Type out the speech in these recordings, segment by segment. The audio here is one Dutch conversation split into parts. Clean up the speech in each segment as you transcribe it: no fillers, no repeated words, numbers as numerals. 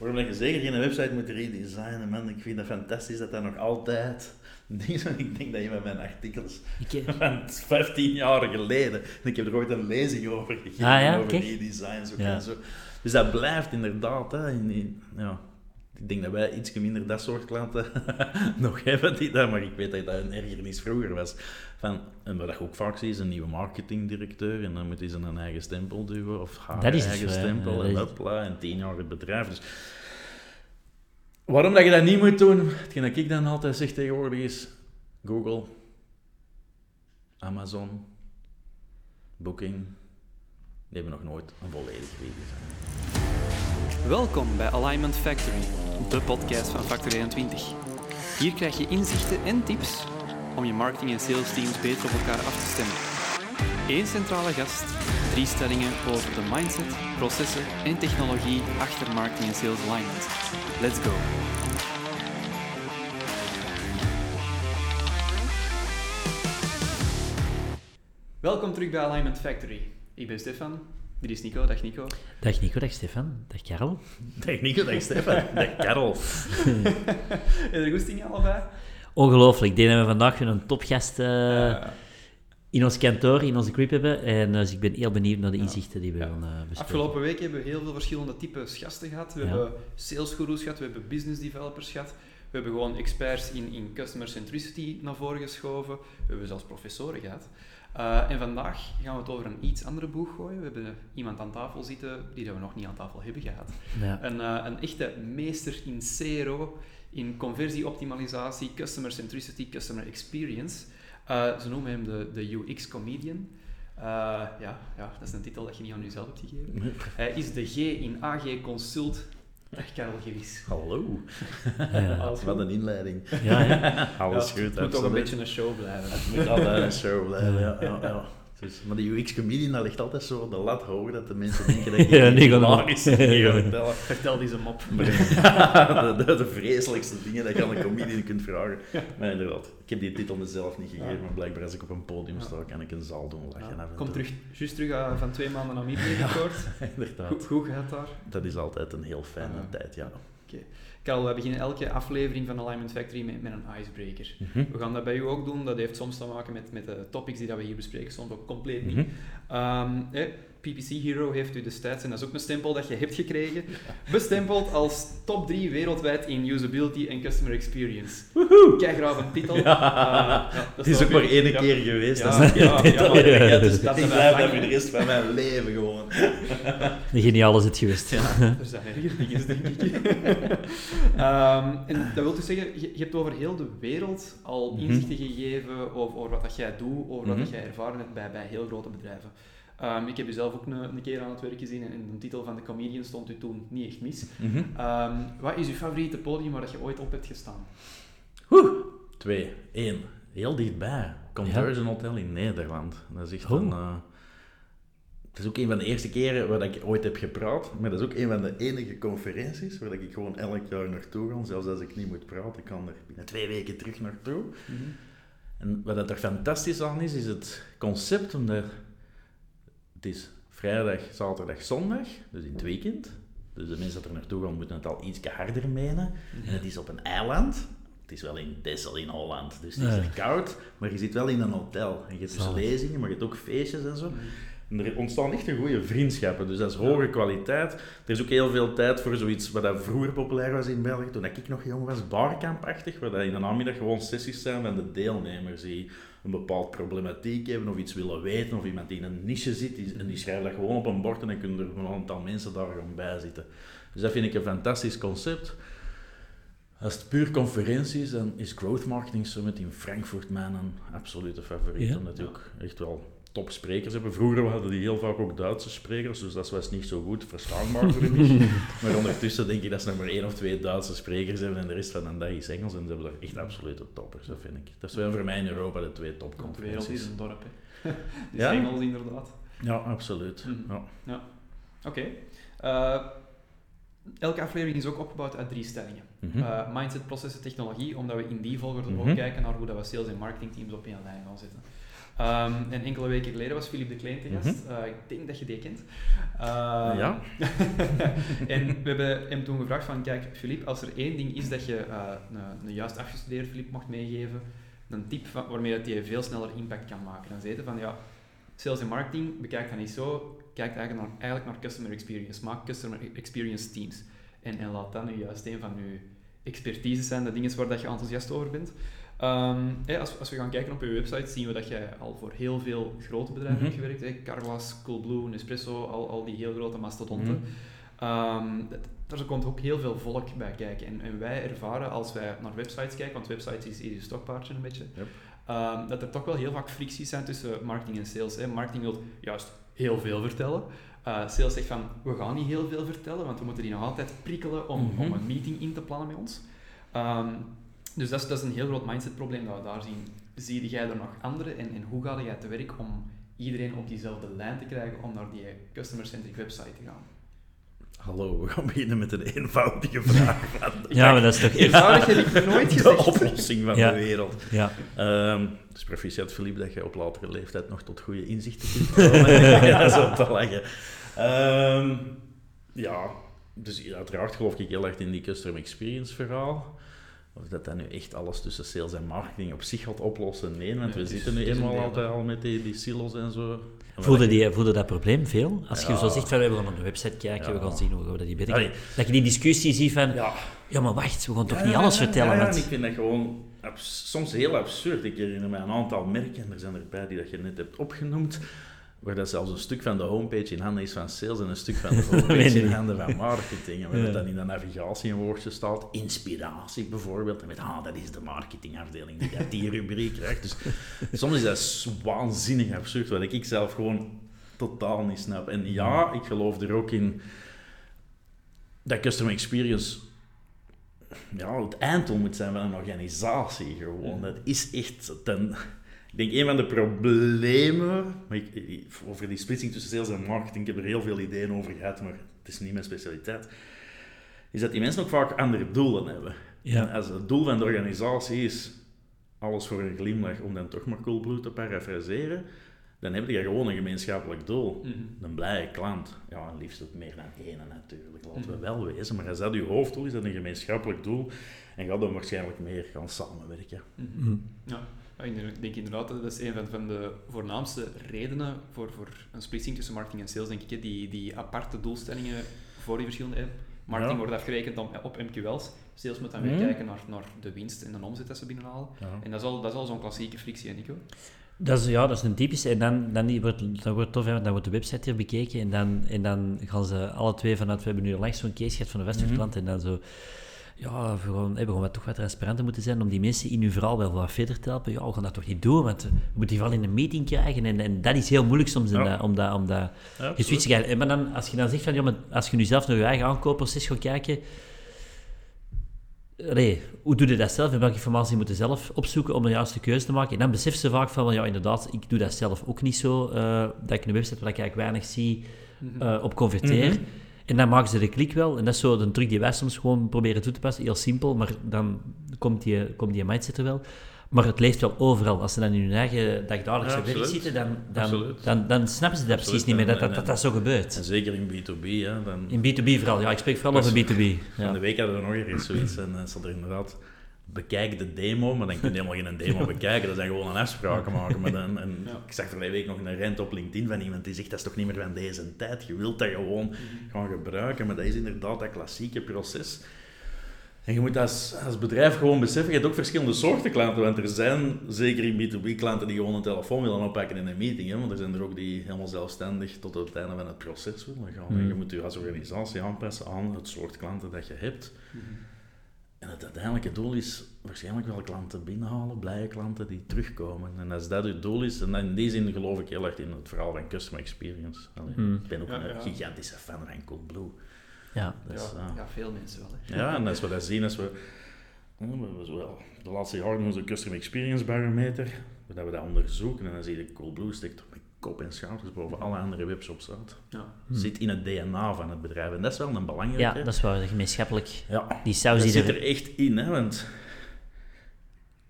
Waarom dat je zeker geen website moet redesignen, man. Ik vind het fantastisch dat dat nog altijd... Ik denk dat je met mijn artikels van 15 jaar geleden... En ik heb er ooit een lezing over gegeven, over redesigns ook en zo. Dus dat blijft inderdaad, hè. Ik denk dat wij iets minder dat soort klanten nog hebben die dat, maar ik weet dat dat een ergernis vroeger was. En wat je ook vaak ziet, is een nieuwe marketingdirecteur en dan moet hij zijn eigen stempel duwen, of haar eigen stempel, en hopla, en 10 jaar het bedrijf. Dus waarom dat je dat niet moet doen, hetgeen dat ik dan altijd zeg tegenwoordig is, Google, Amazon, Booking, die hebben nog nooit een volledig redesign. Welkom bij Alignment Factory, de podcast van Factor 21. Hier krijg je inzichten en tips om je marketing- en sales teams beter op elkaar af te stemmen. 1 centrale gast, 3 stellingen over de mindset, processen en technologie achter marketing en sales alignment. Let's go! Welkom terug bij Alignment Factory. Ik ben Stefan. Dit is Nico. Dag Nico. Dag Nico, dag Stefan. Dag Karel. Dag Nico, dag Stefan. Dag Karel. Heb je er goesting allebei? Ongelooflijk. Ik denk dat we vandaag weer een topgast in ons kantoor, in onze crib hebben. En dus ik ben heel benieuwd naar de inzichten die we gaan bespreken. Afgelopen week hebben we heel veel verschillende types gasten gehad. We hebben salesgurus gehad, we hebben business developers gehad. We hebben gewoon experts in customer centricity naar voren geschoven. We hebben zelfs professoren gehad. En vandaag gaan we het over een iets andere boeg gooien. We hebben iemand aan tafel zitten die we nog niet aan tafel hebben gehad. Ja. Een echte meester in CRO, in conversieoptimalisatie, customer centricity, customer experience. Ze noemen hem de UX-comedian. Dat is een titel dat je niet aan jezelf hebt gegeven. Hij is de G in AG Consult. Dag Karel Gewies. Hallo. Ja. Wat een inleiding. Ja. Alles goed. Het moet toch een beetje een show blijven. Het moet altijd een show blijven, ja. Dus, maar de UX-comedian, dat ligt altijd zo de lat hoog, dat de mensen denken dat je niet hilarisch gaat vertellen. Vertel die eens mop. de vreselijkste dingen dat je aan een comedian kunt vragen. Maar inderdaad, ik heb die titel mezelf niet gegeven, maar blijkbaar als ik op een podium sta, kan ik een zaal doen lachen. Kom juist terug van 2 maanden naar Namibië gekort. Inderdaad. Hoe gaat het daar? Dat is altijd een heel fijne tijd, ja. Okay. Karel, we beginnen elke aflevering van Alignment Factory met een icebreaker. We gaan dat bij u ook doen. Dat heeft soms te maken met de topics die we hier bespreken, soms ook compleet niet. PPC Hero heeft u destijds, en dat is ook een stempel dat je hebt gekregen, bestempeld als top 3 wereldwijd in usability en customer experience. Kijk graag een titel. Het is ook maar 1 keer geweest. Dus ik blijf dat voor de rest van mijn leven gewoon. De geniale zit geweest. Ja, er zijn erger dingen, denk ik. En dat wil dus zeggen, je hebt over heel de wereld al inzichten gegeven over wat dat jij doet, over wat dat jij ervaren hebt bij heel grote bedrijven. Ik heb u zelf ook een keer aan het werk gezien en de titel van de comedian stond u toen niet echt mis. Wat is uw favoriete podium waar dat je ooit op hebt gestaan? 2, 1. Heel dichtbij. Conversion Hotel in Nederland. Dat is echt het is ook een van de eerste keren waar ik ooit heb gepraat, maar dat is ook een van de enige conferenties waar ik gewoon elk jaar naartoe ga, zelfs als ik niet moet praten. Ik kan er binnen 2 weken terug naartoe. En wat er fantastisch aan is het concept, omdat het is vrijdag, zaterdag, zondag, dus in het weekend. Dus de mensen dat er naartoe gaan moeten het al iets harder menen. En het is op een eiland. Het is wel in Texel in Holland, dus het is er koud, maar je zit wel in een hotel. En je hebt dus lezingen, maar je hebt ook feestjes en zo. En er ontstaan echt een goede vriendschappen, dus dat is hoge kwaliteit. Er is ook heel veel tijd voor zoiets wat vroeger populair was in België, toen ik nog jong was, barcampachtig, waar dat in de namiddag gewoon sessies zijn van de deelnemers die een bepaald problematiek hebben of iets willen weten, of iemand die in een niche zit en die schrijft dat gewoon op een bord en dan kunnen er een aantal mensen daar gewoon bij zitten. Dus dat vind ik een fantastisch concept. Als het puur conferentie is, dan is Growth Marketing Summit in Frankfurt mijn absolute favoriet, omdat die ook echt wel topsprekers hebben. Vroeger hadden die heel vaak ook Duitse sprekers, dus dat was niet zo goed verstaanbaar voor hen. Maar ondertussen denk ik dat ze nog maar 1 of 2 Duitse sprekers hebben en de rest van de dag is Engels en ze hebben daar echt absolute toppers, dat vind ik. Dat zijn voor mij in Europa de 2 topconferenties. De wereld is een dorp, hè. Dus Engels inderdaad. Ja, absoluut. Ja. Oké. Elke aflevering is ook opgebouwd uit 3 stellingen. Mindset, processen, technologie, omdat we in die volgorde ook kijken naar hoe dat we sales- en marketingteams op één lijn gaan zetten. En enkele weken geleden was Philippe de Klein te gast. Ik denk dat je die kent. Ja. En we hebben hem toen gevraagd van, kijk Philippe, als er één ding is dat je een juist afgestudeerd Philippe mocht meegeven, een tip waarmee dat je veel sneller impact kan maken. Dan zei hij van, ja, sales en marketing, bekijk dat niet zo, kijk eigenlijk naar customer experience. Maak customer experience teams. En laat dat nu juist een van je expertise zijn, de dingen waar dat je enthousiast over bent. Als we gaan kijken op je website, zien we dat jij al voor heel veel grote bedrijven hebt gewerkt. Carglass, Coolblue, Nespresso, al die heel grote mastodonten. Daar komt ook heel veel volk bij kijken. En wij ervaren, als wij naar websites kijken, want websites is je stokpaardje een beetje, dat er toch wel heel vaak fricties zijn tussen marketing en sales. Marketing wil juist heel veel vertellen. Sales zegt van, we gaan niet heel veel vertellen, want we moeten die nog altijd prikkelen om een meeting in te plannen met ons. Dus dat is een heel groot mindset-probleem dat we daar zien. Zie jij er nog andere en hoe ga jij te werk om iedereen op diezelfde lijn te krijgen om naar die customer-centric website te gaan? Hallo, we gaan beginnen met een eenvoudige vraag. Ja, maar dat is toch eenvoudig, heb ik nooit gezegd. De oplossing van de wereld. Ja. Dus proficiat, Philippe, dat je op latere leeftijd nog tot goede inzichten kunt komen. Ja, zo te lachen. Dus uiteraard geloof ik heel erg in die customer experience verhaal. Of dat nu echt alles tussen sales en marketing op zich gaat oplossen, nee, want we zitten nu eenmaal altijd al met die silos en zo. Voelde dat probleem veel? Als je zo zegt van, we gaan naar de website kijken, we gaan zien hoe we die beter. Dat je die discussie ziet van, ja maar wacht, we gaan toch niet alles vertellen. Ja, en ik vind dat gewoon soms heel absurd. Ik herinner me een aantal merken, en er zijn erbij die dat je net hebt opgenoemd, waar dat zelfs een stuk van de homepage in handen is van sales en een stuk van de homepage in handen van marketing. En waar dat dan in de navigatie een woordje staat, inspiratie bijvoorbeeld, en met, dat is de marketingafdeling die die rubriek krijgt. Dus soms is dat waanzinnig absurd, wat ik zelf gewoon totaal niet snap. En ja, ik geloof er ook in dat customer experience het einddoel moet zijn van een organisatie gewoon. Dat is echt ik denk, een van de problemen, maar over die splitsing tussen sales en marketing, ik heb er heel veel ideeën over gehad, maar het is niet mijn specialiteit, is dat die mensen ook vaak andere doelen hebben. Ja. En als het doel van de organisatie is alles voor een glimlach, om dan toch maar Coolblue te parafraseren, dan heb je gewoon een gemeenschappelijk doel. Een blije klant. Ja, en liefst ook meer dan één natuurlijk, laten we wel wezen. Maar als dat je hoofddoel is, dat een gemeenschappelijk doel, en gaat dan waarschijnlijk meer gaan samenwerken. Ja. Ik denk inderdaad dat is een van de voornaamste redenen voor een splitsing tussen marketing en sales, denk ik. Die aparte doelstellingen voor die verschillende... Marketing wordt afgerekend op MQL's. Sales moet dan weer kijken naar de winst en de omzet dat ze binnenhalen. Ja. En dat is al zo'n klassieke frictie, Nico. Dat is een typische. En dan wordt het tof, dan wordt de website hier bekeken en dan gaan ze alle twee vanuit, we hebben nu langs zo'n case gehad van een vestigklant en dan zo... Ja, we gaan toch wat transparanter moeten zijn om die mensen in hun verhaal wel wat verder te helpen. Ja, we gaan dat toch niet doen, want we moeten die wel in een meeting krijgen. En dat is heel moeilijk soms om dat geswitcht te krijgen. Maar dan, als je dan zegt van, ja, maar als je nu zelf naar je eigen aankoopproces gaat kijken, hoe doe je dat zelf en welke informatie moet je zelf opzoeken om de juiste keuze te maken? En dan besef ze vaak van, ja, inderdaad, ik doe dat zelf ook niet zo, dat ik een website waar ik eigenlijk weinig zie op converteer. En dan maken ze de klik wel. En dat is zo een truc die wij soms gewoon proberen toe te passen. Heel simpel, maar dan komt die mindset er wel. Maar het leeft wel overal. Als ze dan in hun eigen dagdagelijkse werk zitten, dan snappen ze dat precies niet meer, dat zo gebeurt. En zeker in B2B. Hè, in B2B vooral, ja. Ik spreek vooral over B2B. Ja. Van de week hadden we nog eens zoiets. En dan stond er inderdaad... Bekijk de demo, maar dan kun je helemaal geen demo bekijken. Dat zijn gewoon een afspraken maken. Maar ik zag vorige week nog een rent op LinkedIn van iemand die zegt, dat is toch niet meer van deze tijd. Je wilt dat gewoon gaan gebruiken, maar dat is inderdaad dat klassieke proces. En je moet als bedrijf gewoon beseffen, je hebt ook verschillende soorten klanten, want er zijn zeker in B2B klanten die gewoon een telefoon willen oppakken in een meeting, hè, want er zijn er ook die helemaal zelfstandig tot het einde van het proces willen gaan. En je moet je als organisatie aanpassen aan het soort klanten dat je hebt. En het uiteindelijke doel is waarschijnlijk wel klanten binnenhalen, blije klanten die terugkomen. En als dat het doel is, en in die zin geloof ik heel erg in het verhaal van customer experience. Ik ben ook een gigantische fan van Coolblue. Ja, dus, veel mensen wel. Hè. Ja, en als we dat zien, de laatste jaren onze customer experience barometer, dat we dat onderzoeken, en dan zie je Coolblue steekt op kop en schouders boven alle andere webshops uit. Zit in het DNA van het bedrijf. En dat is wel een belangrijke. Ja, dat is waar, gemeenschappelijk. Ja, die saus dat zit er echt in, hè, want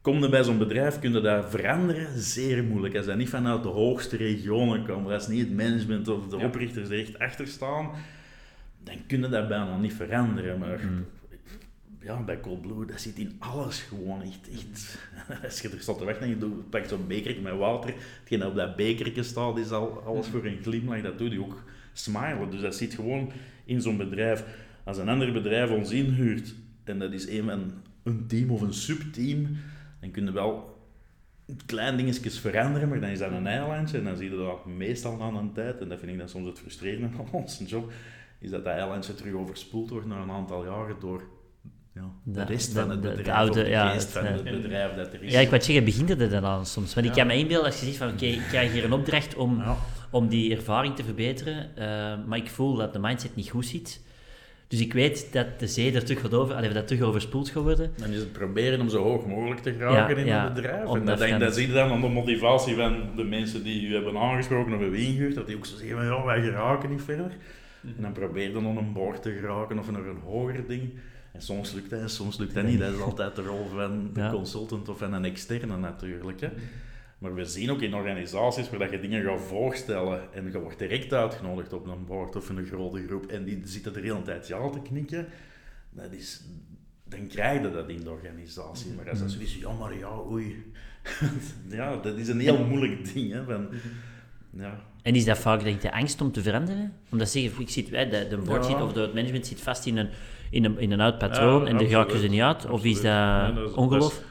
kom je bij zo'n bedrijf, kun je dat veranderen? Zeer moeilijk. Als dat niet vanuit de hoogste regionen komt, als niet het management of de oprichters er echt achter staan, dan kun je dat bijna niet veranderen. Maar bij Coldblue, dat zit in alles gewoon echt. Als je er staat te wachten en je pakt zo'n bekertje met water, hetgeen dat op dat bekertje staat, is al alles voor een glimlach. Dat doet je ook smilen. Dus dat zit gewoon in zo'n bedrijf. Als een ander bedrijf ons inhuurt, en dat is een team of een subteam, dan kun je wel klein dingetjes veranderen, maar dan is dat een eilandje en dan zie je dat meestal na een tijd, en dat vind ik dan soms het frustrerende van onze job, is dat eilandje terug overspoeld wordt na een aantal jaren door de rest van het bedrijf, de geest van het bedrijf dat er is. Ja, ik wou zeggen, begint het er dan aan soms. Maar ik kan me inbeelden als je zegt van oké, ik krijg hier een opdracht om die ervaring te verbeteren, maar ik voel dat de mindset niet goed zit. Dus ik weet dat de zee er terug gaat over, dat terug overspoeld gaat worden. Dan is het proberen om zo hoog mogelijk te geraken in het bedrijf. En dat zie je dan aan de motivatie van de mensen die u hebben aangesproken of hebben ingehuurd, dat die ook zo zeggen van wij geraken niet verder. En dan probeer je dan aan een boord te geraken of naar een hoger ding. En soms lukt dat en soms lukt dat niet. Dat is altijd de rol van de consultant of van een externe natuurlijk. Hè. Maar we zien ook in organisaties waar dat je dingen gaat voorstellen en je wordt direct uitgenodigd op een board of in een grote groep en die zitten de hele tijd ja te knikken, dan krijg je dat in de organisatie. Maar als dat zoiets oei. Ja, dat is een heel moeilijk ding. Hè, En is dat vaak denk ik, de angst om te veranderen? Omdat ik zit, de board zit, of het management zit vast in een oud patroon en daar raken ze niet uit? Of is dat ongeloof?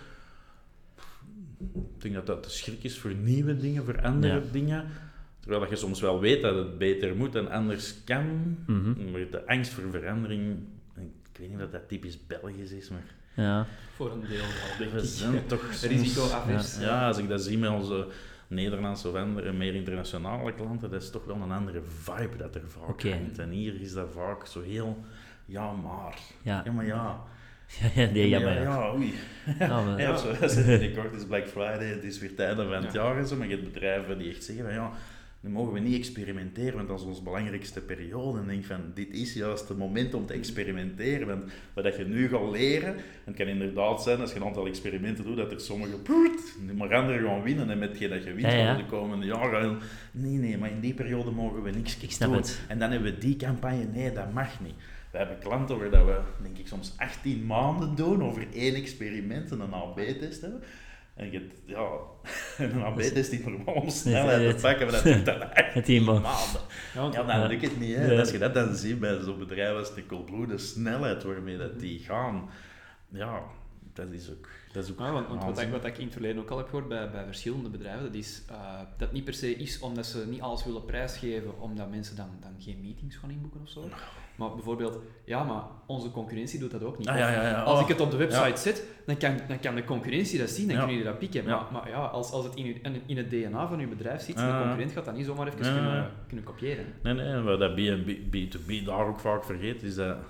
Ik denk dat de schrik is voor nieuwe dingen, voor andere dingen. Terwijl je soms wel weet dat het beter moet en anders kan. Maar de angst voor verandering, ik weet niet of dat typisch Belgisch is, maar... Ja. Voor een deel wel, denk ik. We zijn toch soms... Risico-avers. Ja, als ik dat zie met onze Nederlandse of andere meer internationale klanten, dat is toch wel een andere vibe dat er vaak hangt. En hier is dat vaak zo heel... Ja, maar. Ja, maar ja. Oei. Binnenkort is Black Friday, het is weer tijden van het jaar en zo, maar je hebt bedrijven die echt zeggen van nu mogen we niet experimenteren, want dat is onze belangrijkste periode. En denk van, dit is juist het moment om te experimenteren. Want wat je nu gaat leren, en het kan inderdaad zijn, als je een aantal experimenten doet, dat er sommige, maar anderen gaan winnen. En met hetgeen dat je wint de komende jaren, nee, maar in die periode mogen we niks doen. En dan hebben we die campagne, nee, dat mag niet. We hebben klanten waar we, denk ik, soms 18 maanden doen over 1 experiment en een AB-test hebben. En een AB-test die normaal om snelheid te pakken, maar dat doet dan 18 maanden. Ja, dan lukt het niet. Hè. Als je dat dan ziet bij zo'n bedrijf als de Coldblue, de snelheid waarmee dat die gaan, dat is ook... Want wat ik in het verleden ook al heb gehoord bij verschillende bedrijven, dat is dat niet per se is omdat ze niet alles willen prijsgeven, omdat mensen dan geen meetings gaan inboeken of zo. Maar bijvoorbeeld, maar onze concurrentie doet dat ook niet. Als ik het op de website zet, dan kan de concurrentie dat zien, dan kunnen jullie dat pikken. Maar als het in het DNA van uw bedrijf zit, de concurrent gaat dat niet zomaar even kunnen kopiëren. Nee, wat dat B2B daar ook vaak vergeet, is dat...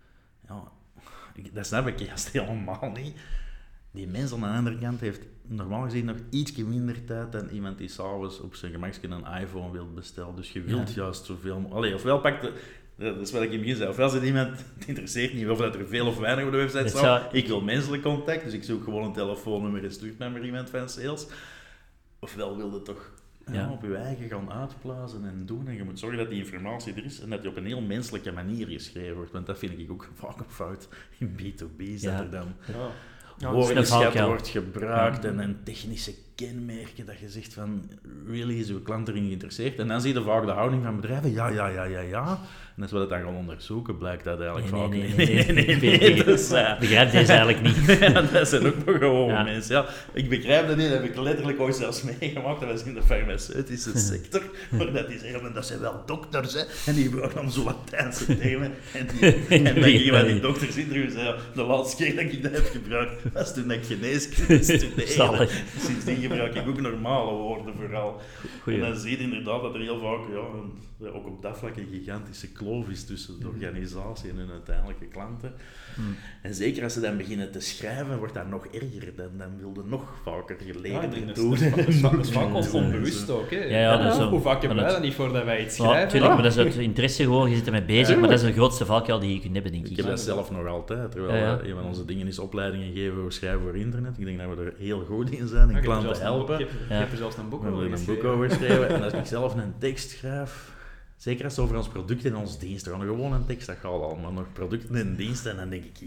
dat snap ik juist helemaal niet. Die mens aan de andere kant heeft normaal gezien nog ietsje minder tijd dan iemand die s'avonds op zijn gemakje een iPhone wil bestellen. Dus je wilt juist zoveel... ofwel pakt... Dat is wat ik in het begin zei. Ofwel zit iemand... Het interesseert niet of dat er veel of weinig op de website staat. Ik wil menselijk contact, dus ik zoek gewoon een telefoonnummer en stuurt mij maar iemand van sales. Ofwel wil je toch op je eigen gaan uitpluizen en doen. En je moet zorgen dat die informatie er is en dat die op een heel menselijke manier geschreven wordt. Want dat vind ik ook vaak een fout in B2B. Dat er dan... woordenschat wordt gebruikt en technische kenmerken dat je zegt van, really, is uw klant erin geïnteresseerd? En dan zie je vaak de houding van bedrijven, ja. En als we dat dan gaan onderzoeken, blijkt dat eigenlijk vaak niet. Nee. Dus, begrijp deze eigenlijk niet. Dat zijn ook nog gewoon mensen. Ja, ik begrijp dat niet, dat heb ik letterlijk ooit zelfs meegemaakt. Dat was in de farmaceutische sector, maar dat die zeggen, dat zijn wel dokters, hè, en die gebruiken dan zo Latijnse termen. En dan ging je bij die doktersinterview zeggen, de laatste keer dat ik dat heb gebruikt, was toen ik geneeskunde studeerde. Sindsdien gebruik ik ook normale woorden vooral. En dan zie je inderdaad dat er heel vaak er ook op dat vlak een gigantische kloof is tussen de organisatie en hun uiteindelijke klanten. En zeker als ze dan beginnen te schrijven, wordt dat nog erger. Dan wilden nog vaker geleden doen. Dat is vaak onbewust ook. Hè? Hoe vaak hebben wij dat niet voordat wij iets schrijven? Tuurlijk, maar dat is uit interesse gewoon, je zit ermee bezig, maar dat is de grootste valkuil die je kunt hebben, denk ik. Ik heb dat zelf nog altijd, terwijl een van onze dingen is opleidingen geven voor schrijven voor internet. Ik denk dat we er heel goed in zijn en klanten helpen. Ik heb er zelfs een boek over geschreven. En als ik zelf een tekst schrijf, zeker als het over ons product en ons dienst, dan gewoon een tekst, dat gaat al, maar nog producten en diensten, en dan denk ik,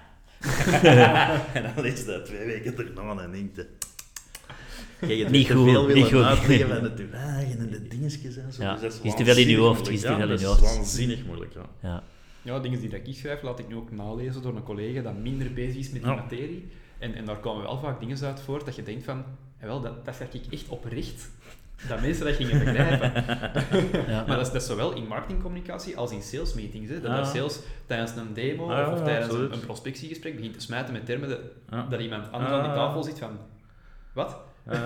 en dan lees je dat 2 weken erna en denk je... Je hebt niet te goed, veel niet willen goed. uitleggen van de toelagen en de dingetjes en zo. Ja, Dus dat is te veel in je hoofd. Dat is waanzinnig moeilijk, Ja, dingen die ik schrijf, laat ik nu ook nalezen door een collega dat minder bezig is met die materie. En daar komen wel vaak dingen uit voort dat je denkt van, dat zeg ik echt oprecht, dat mensen dat gingen begrijpen. Maar dat is zowel in marketingcommunicatie als in salesmeetings. Hè. Dat sales tijdens een demo of tijdens een prospectiegesprek begint te smijten met termen dat iemand anders aan die tafel zit van, wat?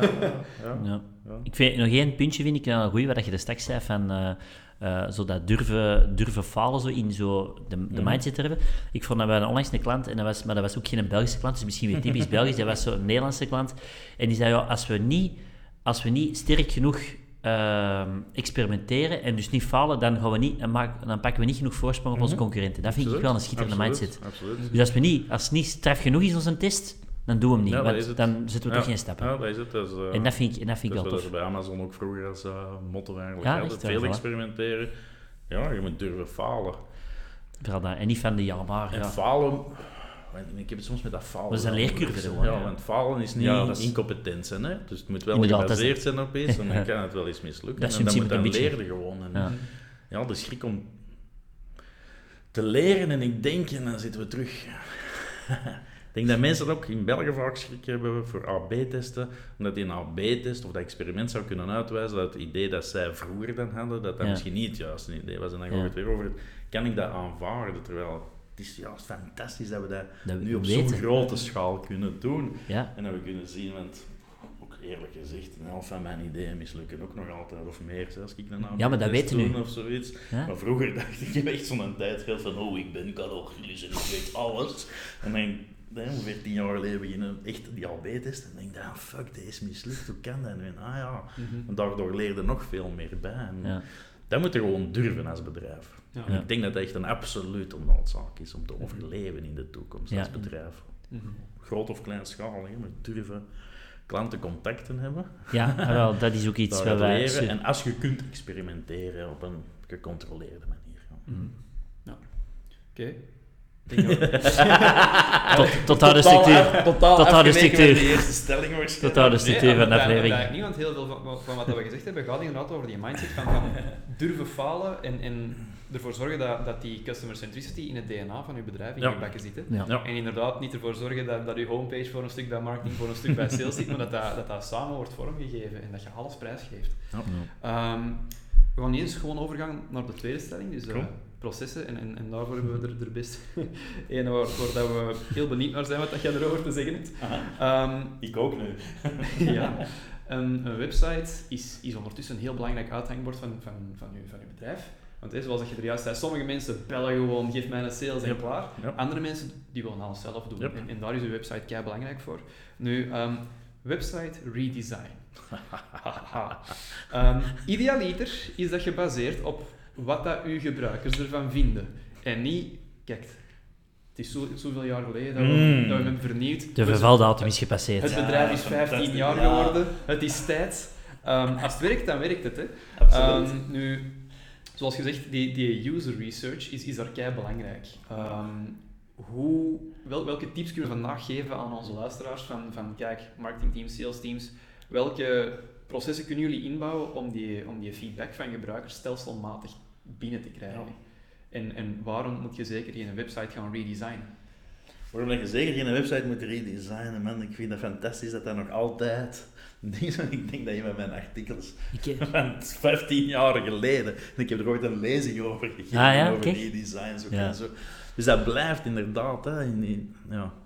Ik vind nog één puntje, vind ik een goeie, wat je er straks zei van zo dat durven falen, zo in zo de mindset te hebben. Ik vond dat we onlangs een klant, maar dat was ook geen Belgische klant, dus misschien weer typisch Belgisch, dat was zo'n Nederlandse klant, en die zei, als we niet sterk genoeg experimenteren en dus niet falen, dan pakken we niet genoeg voorsprong op onze concurrenten. Dat vind ik wel een schitterende mindset. Absoluut. Dus als het niet straf genoeg is, onze test, dan doen we hem niet, want dan zetten we toch geen stappen. Ja, dat is het. En dat vind ik wel tof. Dat is bij Amazon ook vroeger als motto eigenlijk. Echt, veel experimenteren. Ja, je moet durven falen. Vooral dat. En niet van de falen... Ik heb het soms met dat falen. Dat is een leercurve gewoon. Ja, want falen is niet incompetent zijn. Hè? Dus het moet wel gebaseerd zijn op iets, en dan kan het wel eens mislukken. Dat is en dan moet een je leren gewoon. En, de schrik om te leren, en ik denk, en dan zitten we terug... Ik denk dat mensen ook in België vaak schrik hebben voor AB-testen, omdat die een AB-test of dat experiment zou kunnen uitwijzen dat het idee dat zij vroeger dan hadden, dat misschien niet het juiste idee was. En dan gaat het weer over, kan ik dat aanvaarden? Terwijl het is juist fantastisch dat we dat nu op zo'n grote schaal kunnen doen. Ja. En dat we kunnen zien, want ook eerlijk gezegd, een helft van mijn ideeën mislukken ook nog altijd, of meer, als ik een maar dat weten doen nu. Of zoiets. Ja? Maar vroeger dacht ik echt zo'n tijdgeld van, ik ben Karel Gillis en ik weet alles. En dan ongeveer 10 jaar geleden beginnen echt die AB-test en denk ik, fuck, deze is mislukt, hoe kan dat nu? En daardoor leerde nog veel meer bij. En dat moet je gewoon durven als bedrijf. Ja. En ik denk dat dat echt een absolute noodzaak is om te overleven in de toekomst als bedrijf. Groot of kleinschalig, maar durven klantencontacten hebben. Ja, wel, dat is ook iets wat wij leren. En als je kunt experimenteren op een gecontroleerde manier. Oké. Tot daar de structuur. Tot daar de structuur. De eerste stelling waarschijnlijk. Tot daar de structuur van de aflevering. Niet, want heel veel van wat we gezegd hebben gaat inderdaad over die mindset van durven falen en ervoor zorgen dat die customer centricity in het DNA van uw bedrijf in je bakken zit. Ja. En inderdaad niet ervoor zorgen dat uw homepage voor een stuk bij marketing, voor een stuk bij sales zit, maar dat samen wordt vormgegeven en dat je alles prijsgeeft. We gaan eens gewoon overgaan naar de tweede stelling, dus processen, en daarvoor hebben we er best een waar dat we heel benieuwd naar zijn wat jij erover te zeggen hebt. Ik ook nu. Een website is ondertussen een heel belangrijk uithangbord van uw bedrijf. Want zoals je er juist zei, sommige mensen bellen gewoon, geef mij een sales en klaar. Andere mensen die willen alles zelf doen. En daar is uw website kei belangrijk voor. Nu, website redesign. Idealiter is dat gebaseerd op wat dat uw gebruikers ervan vinden. En niet, kijk, het is zoveel jaar geleden dat we hebben vernieuwd. De vervaldatum is gepasseerd. Het bedrijf is 15 jaar geworden. Het is tijd. Als het werkt, dan werkt het. Hè. Absoluut. Nu, zoals gezegd, die user research is daar kei belangrijk. Welke tips kunnen we vandaag geven aan onze luisteraars van kijk, marketingteams, sales teams, welke processen kunnen jullie inbouwen om die feedback van gebruikers stelselmatig binnen te krijgen? En waarom moet je zeker geen website gaan redesignen? Waarom je zeker geen website moet redesignen, man? Ik vind het fantastisch dat dat nog altijd... Ik denk dat je met mijn artikels van 15 jaar geleden... Ik heb er ooit een lezing over gegeven, over redesign. Zo. Dus dat blijft inderdaad...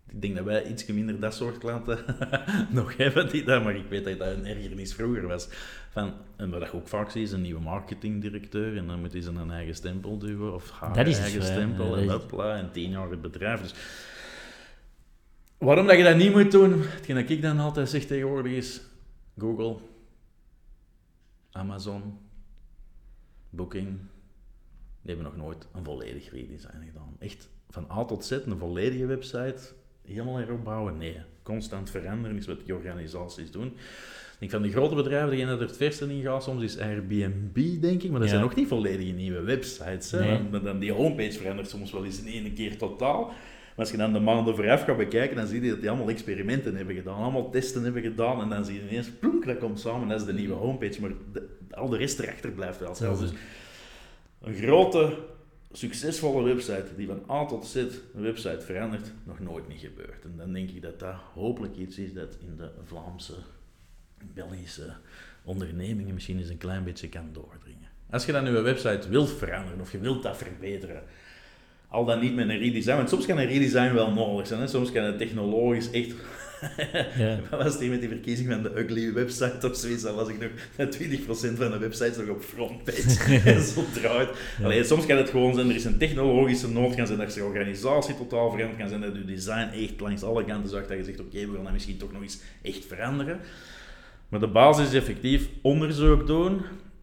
Ik denk dat wij iets minder dat soort klanten nog hebben die dat, maar ik weet dat dat een ergernis vroeger was. En wat je ook vaak ziet, is een nieuwe marketingdirecteur en dan moet hij zijn eigen stempel duwen, of haar eigen stempel, en hopla, en 10 jaar het bedrijf. Dus waarom dat je dat niet moet doen, hetgeen dat ik dan altijd zeg tegenwoordig is, Google, Amazon, Booking, die hebben nog nooit een volledig redesign gedaan. Echt van A tot Z, een volledige website, helemaal heropbouwen, nee. Constant veranderen is wat die organisaties doen. Ik denk van die grote bedrijven, degene dat er het verste in gaat soms, is Airbnb, denk ik. Maar dat zijn nog niet volledige nieuwe websites. Hè? Nee. Dan die homepage verandert soms wel eens in één keer totaal. Maar als je dan de maanden vooraf gaat bekijken, dan zie je dat die allemaal experimenten hebben gedaan. Allemaal testen hebben gedaan. En dan zie je ineens, plonk, dat komt samen. Dat is de nieuwe homepage. Maar al de rest erachter blijft wel zelfs. Dus een grote, succesvolle website, die van A tot Z een website verandert, nog nooit niet gebeurd. En dan denk ik dat dat hopelijk iets is dat in de Vlaamse, Belgische ondernemingen misschien eens een klein beetje kan doordringen. Als je dan je website wilt veranderen of je wilt dat verbeteren, al dan niet met een redesign, want soms kan een redesign wel nodig zijn, hè? Soms kan het technologisch echt... Ja. Wat was die met die verkiezing van de ugly website of zoiets? Dan was ik nog dat 20% van de websites nog op frontpage. Zo draait. Ja. Allee, soms kan het gewoon zijn, er is een technologische nood, kan zijn dat je organisatie totaal verandert, kan zijn dat je design echt langs alle kanten zag, dat je zegt, oké, we willen dat misschien toch nog eens echt veranderen. Maar de basis is effectief onderzoek doen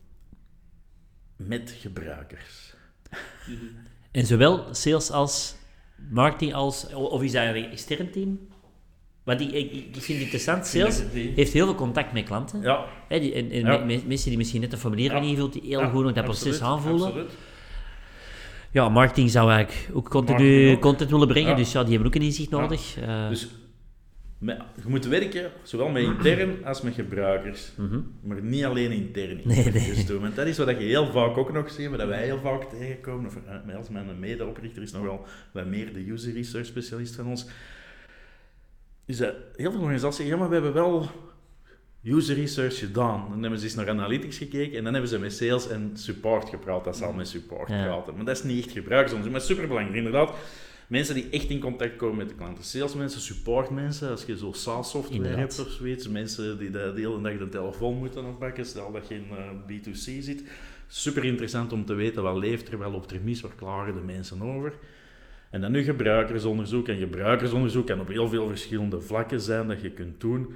met gebruikers. En zowel sales als marketing als... Of is dat een extern team? Want ik vind het interessant. Sales heeft heel veel contact met klanten. Ja. Mensen die misschien net een formulier ingevuld, die heel goed nog dat proces aanvoelen. Absoluut. Ja, marketing zou eigenlijk ook continu content willen brengen, dus ja, die hebben ook een inzicht nodig. Dus je moet werken, zowel met intern als met gebruikers. Maar niet alleen intern doen. Want dat is wat je heel vaak ook nog ziet, wat wij heel vaak tegenkomen. Of als mijn mede-oprichter is nog wel wat meer de user research specialist van ons. Dus heel veel organisaties zeggen, ja, maar we hebben wel user research gedaan. Dan hebben ze eens naar analytics gekeken en dan hebben ze met sales en support gepraat. Dat zal met support praten. Maar dat is niet echt gebruikersonderzoek, maar superbelangrijk. Inderdaad, mensen die echt in contact komen met de klanten. Salesmensen, supportmensen, als je zo SaaS-software hebt of zoiets. Mensen die de hele dag de telefoon moeten oppakken, stel dat je in B2C zit. Super interessant om te weten wat leeft er wel op termies, waar klagen de mensen over. En dan nu gebruikersonderzoek. En gebruikersonderzoek kan op heel veel verschillende vlakken zijn dat je kunt doen.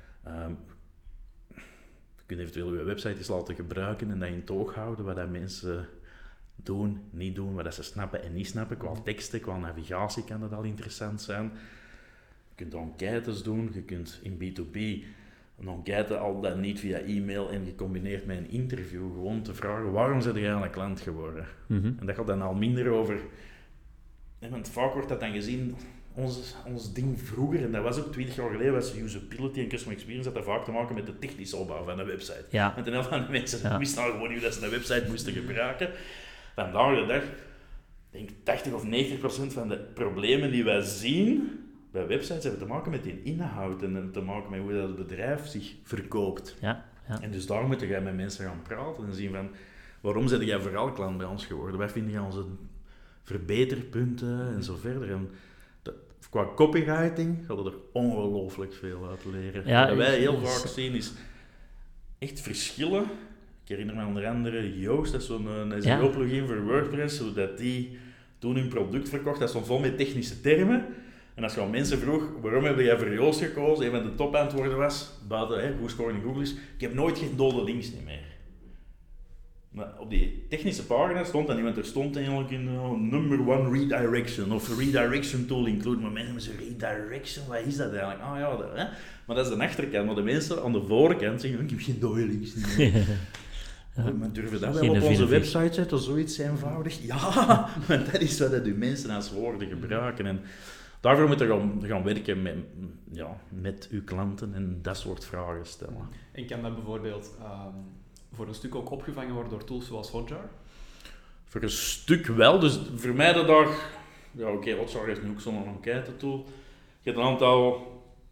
Je kunt eventueel je website eens laten gebruiken en dat in het oog houden wat dat mensen doen, niet doen, wat dat ze snappen en niet snappen. Qua teksten, qua navigatie kan dat al interessant zijn. Je kunt enquêtes doen, je kunt in B2B een enquête al dan niet via e-mail en gecombineerd met een interview gewoon te vragen waarom ben je eigenlijk klant geworden. En dat gaat dan al minder over... Want vaak wordt dat dan gezien, ons ding vroeger, en dat was ook 20 jaar geleden, was usability en customer experience, dat vaak te maken met de technische opbouw van een website. Ja. Want een helft van de mensen wisten al gewoon hoe dat ze een website moesten gebruiken. Vandaag de dag, denk 80 of 90% van de problemen die wij zien bij websites hebben te maken met die inhoud en te maken met hoe dat het bedrijf zich verkoopt. Ja. En dus daar moet je met mensen gaan praten en zien van, waarom ben jij vooral klant bij ons geworden? Wij vinden onze verbeterpunten en zo verder. En qua copywriting gaat er ongelooflijk veel uit leren. Ja, wat wij heel vaak zien is echt verschillen. Ik herinner me onder andere Yoast, dat is zo'n SEO-plugin voor WordPress, zodat die toen hun product verkocht, dat stond vol met technische termen. En als je aan mensen vroeg, waarom heb jij voor Yoast gekozen? Een van de topantwoorden was, buiten hoe scoren in Google is, ik heb nooit geen dode links niet meer. Maar op die technische pagina stond dan iemand, er stond eigenlijk in number 1 redirection of redirection tool include. Maar mensen zeggen, redirection, wat is dat eigenlijk? Ah ja, dat, hè? Maar dat is de achterkant. Maar de mensen aan de voorkant zeggen, ik heb geen dode links niet meer. Maar durven dat wel op onze website zetten, zoiets eenvoudig? Ja, want dat is wat uw mensen als woorden gebruiken. En daarvoor moet je gaan werken met uw klanten en dat soort vragen stellen. En kan dat bijvoorbeeld voor een stuk ook opgevangen worden door tools zoals Hotjar? Voor een stuk wel. Dus voor mij de dag... Ja, oké, Hotjar is nu ook zo'n enquête-tool. Je hebt een aantal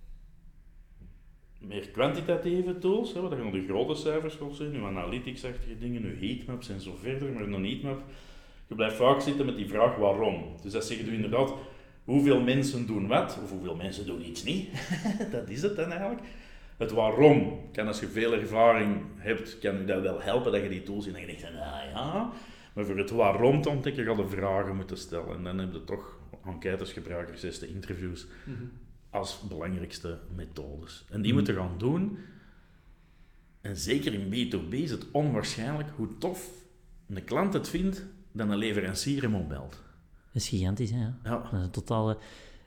meer kwantitatieve tools, hè, waar je de grote cijfers gaat zien, je analytics-achtige dingen, je heatmaps en zo verder. Maar een heatmap, je blijft vaak zitten met die vraag waarom. Dus dat zeg je inderdaad, hoeveel mensen doen wat, of hoeveel mensen doen iets niet. Dat is het dan eigenlijk. Het waarom kan, als je veel ervaring hebt, kan je dat wel helpen dat je die tools in en je denkt, ja. Maar voor het waarom te ontdekken, ga je vragen moeten stellen. En dan heb je toch enquêtes, gebruikerstesten, interviews als belangrijkste methodes. En die moeten gaan doen. En zeker in B2B is het onwaarschijnlijk hoe tof een klant het vindt dat een leverancier hem opbelt. Dat is gigantisch, hè? Ja. Ja. Dat is een totale...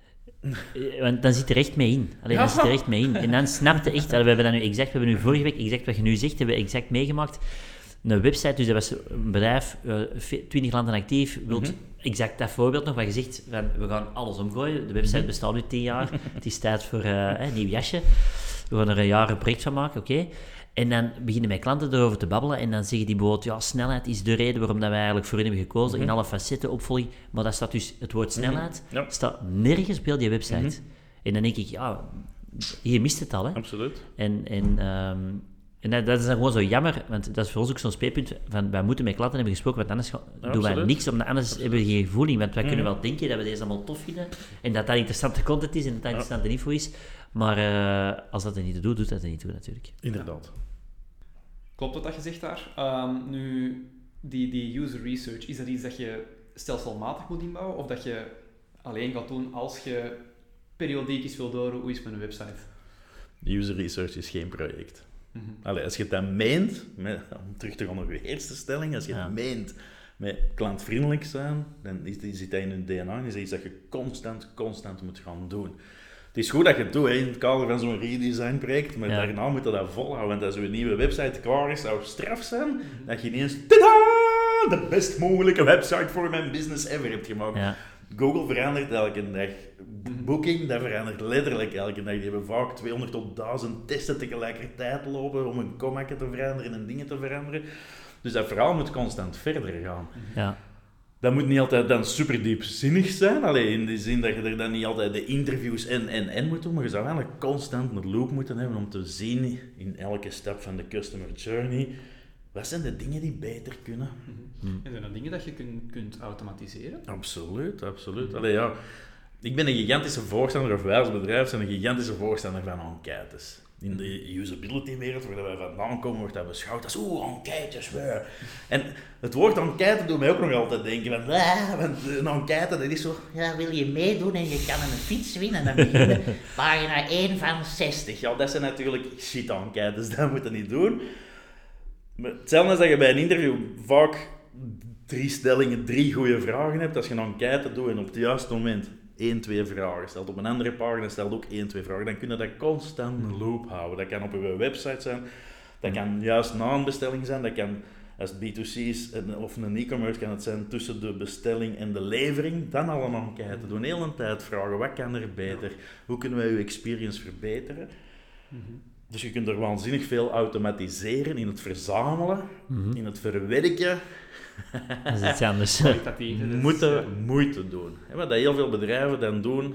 Want dan zit er echt mee in. Dan zit er echt mee in. En dan snapt je echt... We hebben nu vorige week exact wat je nu zegt, hebben we exact meegemaakt. Een website, dus dat was een bedrijf, 20 landen actief, wilt exact dat voorbeeld nog, wat je zegt, we gaan alles omgooien. De website bestaat nu 10 jaar, het is tijd voor een nieuw jasje. We gaan er een jaar een project van maken, oké. En dan beginnen mijn klanten erover te babbelen en dan zeggen die bijvoorbeeld, snelheid is de reden waarom dat wij eigenlijk voor hen hebben gekozen, in alle facetten, opvolging. Maar dat staat dus, het woord snelheid, staat nergens op heel die website. En dan denk ik, hier mist het al, hè. Absoluut. En dat is dan gewoon zo jammer, want dat is voor ons ook zo'n speerpunt van, wij moeten met klanten hebben gesproken, want anders doen wij niks, omdat anders hebben we geen gevoeling, want wij kunnen wel denken dat we deze allemaal tof vinden, en dat interessante content is, en dat interessante info is, maar als dat er niet toe doet, doet dat er niet toe natuurlijk. Inderdaad. Klopt wat je zegt daar? Nu, die user research, is dat iets dat je stelselmatig moet inbouwen, of dat je alleen gaat doen als je periodiek eens wil door hoe is mijn website? User research is geen project. Allee, als je dat meent, om terug te gaan naar je eerste stelling, als je het meent met klantvriendelijk zijn, dan zit dat in je DNA en is dat iets dat je constant moet gaan doen. Het is goed dat je het doet in het kader van zo'n redesign project, maar daarna moet je dat volhouden, want als je nieuwe website klaar is, zou het straf zijn dat je ineens de best mogelijke website voor mijn business ever hebt gemaakt. Ja. Google verandert elke dag. Booking, dat verandert letterlijk elke dag. Die hebben vaak 200 tot 1000 testen tegelijkertijd lopen om een kommaatje te veranderen en dingen te veranderen. Dus dat verhaal moet constant verder gaan. Ja. Dat moet niet altijd dan super diepzinnig zijn, alleen in de zin dat je er dan niet altijd de interviews en moet doen, maar je zou eigenlijk constant een loop moeten hebben om te zien in elke stap van de customer journey, wat zijn de dingen die beter kunnen. En zijn dat dingen dat je kunt automatiseren? Absoluut. Allee, ik ben een gigantische voorstander, of wij als bedrijf zijn een gigantische voorstander van enquêtes. In de usability-wereld, waar wij vandaan komen, wordt dat beschouwd als enquêtes. En het woord enquête doet mij ook nog altijd denken, want een enquête, dat is zo, wil je meedoen en je kan een fiets winnen, dan begin je pagina 1 van 60. Ja, dat zijn natuurlijk shit-enquêtes, dat moet je niet doen. Maar hetzelfde als dat je bij een interview vaak 3 stellingen, 3 goede vragen hebt, als je een enquête doet en op het juiste moment 1, 2 vragen stelt. Op een andere pagina stelt ook 1, 2 vragen. Dan kun je dat constant een loop houden. Dat kan op je website zijn. Dat kan juist na een bestelling zijn. Dat kan, als het B2C is of een e-commerce, kan het zijn tussen de bestelling en de levering. Dan al een enquête doen. Heel een tijd vragen. Wat kan er beter? Hoe kunnen wij uw experience verbeteren? Dus je kunt er waanzinnig veel automatiseren in het verzamelen, in het verwerken. Dat is iets anders. Moeten doen. Wat dat heel veel bedrijven dan doen,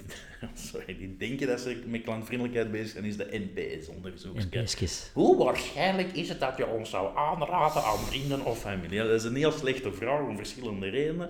die denken dat ze met klantvriendelijkheid bezig zijn, is de NPS-onderzoek. Hoe waarschijnlijk is het dat je ons zou aanraden aan vrienden of familie? Dat is een heel slechte vraag om verschillende redenen.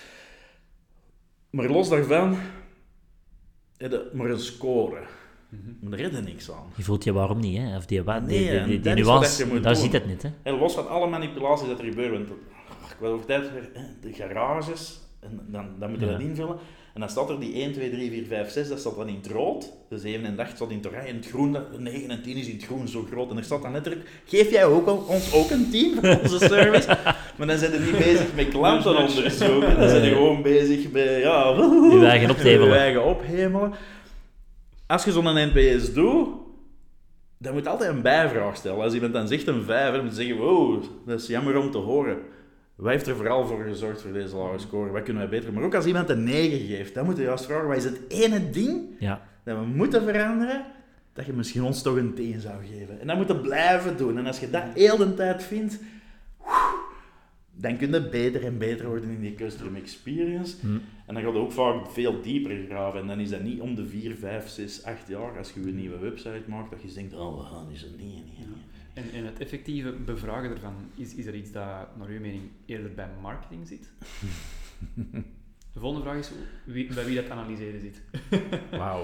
Maar los daarvan, maar een score. Maar daar redde niks aan. Je voelt je waarom niet, hè? Of die nuance, daar zit het niet, hè? En los van alle manipulaties dat er gebeuren, want ik wil over tijd de garages, en dan moet je dat invullen. En dan staat er die 1, 2, 3, 4, 5, 6, dat staat dan in het rood. De 7 en 8 staat in het oranje. En het groen, de 9 en 10 is in het groen, zo groot. En er staat dan letterlijk, geef jij ons ook een 10 voor onze service? Maar dan zijn we niet bezig met klantenonderzoeken. Dan zijn we gewoon bezig met, je eigen ophemelen. Als je zo'n NPS doet, dan moet je altijd een bijvraag stellen. Als iemand dan zegt een 5, dan moet je zeggen, wow, dat is jammer om te horen. Wat heeft er vooral voor gezorgd voor deze lage score? Wat kunnen wij beter? Maar ook als iemand een 9 geeft, dan moet je juist vragen, wat is het ene ding dat we moeten veranderen, dat je misschien ons toch een 10 zou geven. En dat moet je blijven doen. En als je dat heel de tijd vindt, dan kun je beter en beter worden in die customer experience. En dan gaat je ook vaak veel dieper graven. En dan is dat niet om de 4, 5, 6, 8 jaar, als je een nieuwe website maakt, dat je denkt, we gaan eens een nee. En het effectieve bevragen ervan, is er iets dat, naar uw mening, eerder bij marketing zit? De volgende vraag is bij wie dat analyseren zit. Wauw.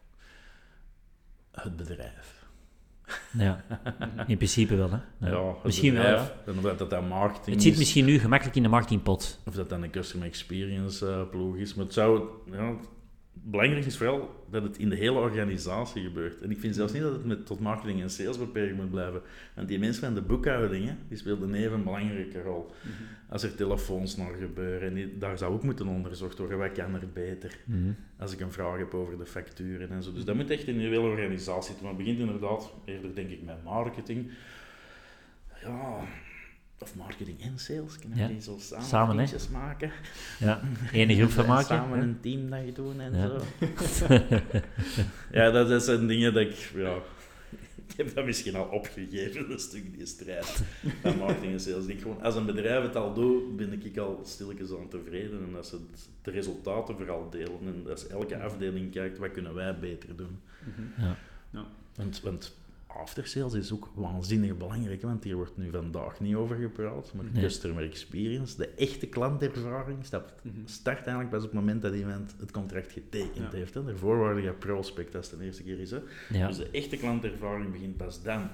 Het bedrijf. Ja, in principe wel. Hè? Ja, het misschien bedrijf, wel. Ja. En dat marketing Het zit is, misschien nu gemakkelijk in de marketingpot. of dat dan een customer experience ploeg is. Maar het zou... Ja, belangrijk is vooral dat het in de hele organisatie gebeurt. En ik vind zelfs niet dat het tot marketing en sales beperkt moet blijven. Want die mensen van de boekhouding, die speelden even een belangrijke rol. Als er telefoons naar gebeuren, en daar zou ook moeten onderzocht worden, wat kan er beter? Als ik een vraag heb over de facturen en zo. Dus dat moet echt in de hele organisatie. Maar het begint inderdaad eerder, denk ik, met marketing. Ja... Of marketing en sales, kunnen we die zo samen teamjes maken. Ja, ene groep van maken. Samen een teamdag doen en zo. Ja, dat zijn dingen dat ik... Ja, ik heb dat misschien al opgegeven, een stuk die strijd van marketing en sales. Ik denk gewoon, als een bedrijf het al doet, ben ik al stilletjes aan tevreden. En dat ze de resultaten vooral delen. En dat ze elke afdeling kijkt, wat kunnen wij beter doen. Ja. Want aftersales is ook waanzinnig belangrijk, want hier wordt nu vandaag niet over gepraat, maar customer experience, de echte klantervaring, start eigenlijk pas op het moment dat iemand het contract getekend heeft. Hè. Daarvoor word je prospect, als het de eerste keer is. Hè. Ja. Dus de echte klantervaring begint pas dan.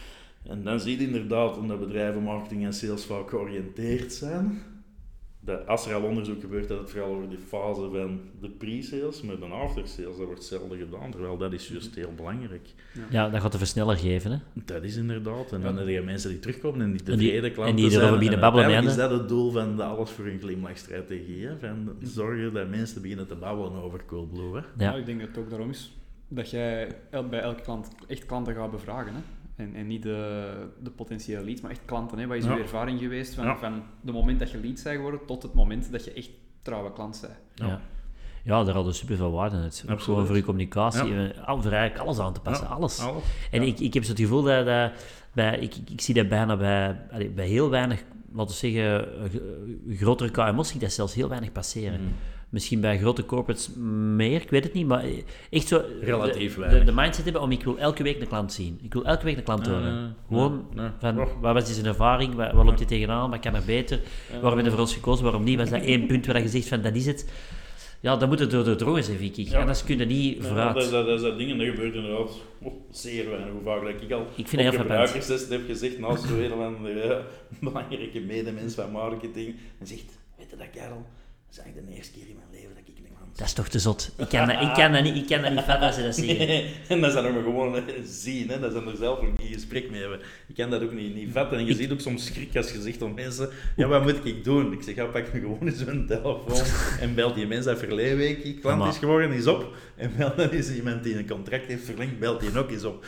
En dan zie je inderdaad, omdat bedrijven marketing en sales vaak georiënteerd zijn, dat als er al onderzoek gebeurt, dat het vooral over de fase van de pre-sales, maar de aftersales, dat wordt zelden gedaan, terwijl dat is juist heel belangrijk. Ja, dat gaat de versneller geven, hè? Dat is inderdaad. En dan heb je mensen die terugkomen en die tevreden klanten en die erover beginnen babbelen. En is dat het doel van de Alles voor een Glimlach-strategie, hè? Van zorgen dat mensen beginnen te babbelen over Coolblue, hè? Ja, ik denk dat het ook daarom is dat jij bij elke klant echt klanten gaat bevragen, hè? En niet de potentiële leads, maar echt klanten. Hè? Wat is uw ervaring geweest van het moment dat je lead bent geworden tot het moment dat je echt trouwe klant bent? Ja, daar hadden we super veel waarde in. Het. Ook gewoon voor je communicatie, voor eigenlijk alles aan te passen, alles. En ik heb zo het gevoel dat ik zie dat bijna bij heel weinig, laten we zeggen, grotere KMO's, zie ik dat zelfs heel weinig passeren. Misschien bij grote corporates meer, ik weet het niet, maar echt zo... Relatief weinig. De mindset hebben om, ik wil elke week een klant zien. Ik wil elke week een klant horen. Gewoon, van, wat was zijn ervaring, waar loopt hij tegenaan, wat kan er beter, waarom heb je voor ons gekozen, waarom niet, was dat één punt waar je zegt van, dat is het. Ja, dan moet het door de droge zijn, vind ik. Anders kun je niet vooruit. Dat zijn dingen, dat gebeurt inderdaad zeer weinig. Hoe vaak dat ik al ik vind op gebruikerstest heb gezegd, naast zo'n een van de belangrijke medemens van marketing, en zegt, weet je dat, Karel? Dat is eigenlijk de eerste keer in mijn leven dat ik een klant... Dat is toch te zot. Ik kan dat niet vatten als ze dat zeggen. En dat zijn we gewoon zien, hè. Dat zijn er zelf ook niet in gesprek mee hebben. Ik kan dat ook niet vatten. En je ziet ook soms schrik als je zegt aan mensen, ja, wat moet ik doen? Ik zeg, ja, pak me gewoon eens een telefoon en belt die mensen dat verleden week die klant is geworden, is op. En dan is iemand die een contract heeft verlengd, belt die ook eens op.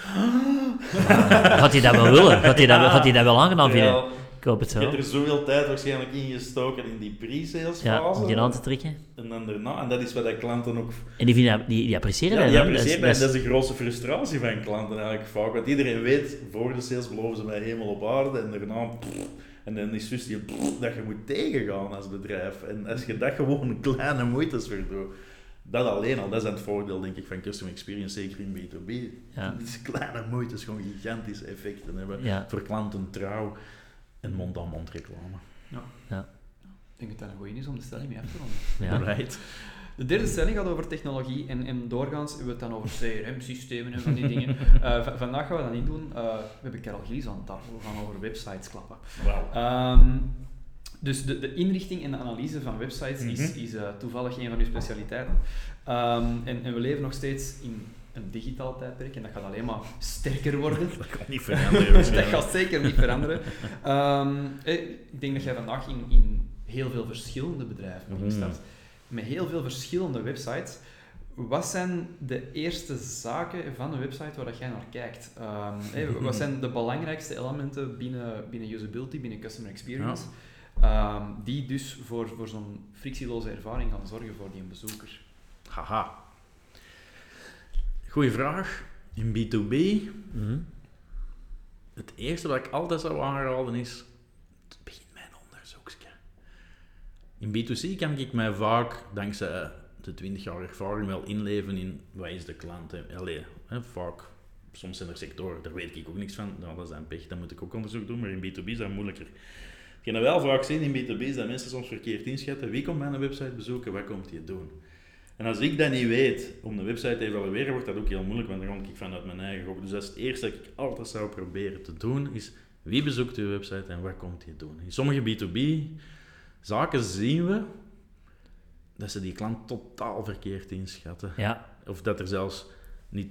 Gaat hij dat wel willen? Gaat hij dat wel aangenaam vinden? Ik hoop het zo. Je hebt er zoveel tijd waarschijnlijk ingestoken in die pre-sales fase. Ja, om die aan te trekken. En dan daarna, en dat is wat de klanten ook... En die appreciëren dat. Ja, die appreciëren dat. Dat is de grootste frustratie van klanten eigenlijk vaak. Want iedereen weet, voor de sales beloven ze mij hemel op aarde en daarna... En dan is juist dat je moet tegengaan als bedrijf. En als je dat gewoon kleine moeites voor doet, dat alleen al, dat is het voordeel, denk ik, van customer experience, zeker in B2B. Ja. Kleine moeites gewoon gigantische effecten hebben voor klanten trouw. En mond-aan-mond reclame. Ja. Ik denk dat dat een goeie is om de stelling mee af te ronden. Ja. Right. De derde stelling gaat over technologie en doorgaans hebben we het dan over CRM-systemen en van die dingen. Vandaag gaan we dat niet doen. We hebben Karel Gillies aan tafel, we gaan over websites klappen. Wow. Dus de inrichting en de analyse van websites is toevallig een van uw specialiteiten. En we leven nog steeds in een digitaal tijdperk en dat gaat alleen maar sterker worden. Dat gaat niet veranderen. Dat gaat zeker niet veranderen. Ik denk dat jij vandaag in heel veel verschillende bedrijven staat. Met heel veel verschillende websites. Wat zijn de eerste zaken van een website waar dat jij naar kijkt? Wat zijn de belangrijkste elementen binnen usability, binnen customer experience, die dus voor zo'n frictieloze ervaring gaan zorgen voor die bezoeker? Haha. Goeie vraag. In B2B, het eerste wat ik altijd zou aanraden is, begin met een onderzoekje. In B2C kan ik mij vaak, dankzij de 20 jaar ervaring, wel inleven in wat is de klant. Vaak, soms zijn er sectoren, daar weet ik ook niks van. Nou, dat is een pech, dan moet ik ook onderzoek doen, maar in B2B is dat moeilijker. Je hebt wel vaak zien in B2B's dat mensen soms verkeerd inschatten. Wie komt mijn website bezoeken, wat komt hij doen? En als ik dat niet weet, om de website te evalueren, wordt dat ook heel moeilijk, want dan kom ik vanuit mijn eigen groep. Dus dat is het eerste dat ik altijd zou proberen te doen, is wie bezoekt uw website en wat komt hij doen? In sommige B2B-zaken zien we dat ze die klant totaal verkeerd inschatten. Ja. Of dat er zelfs niet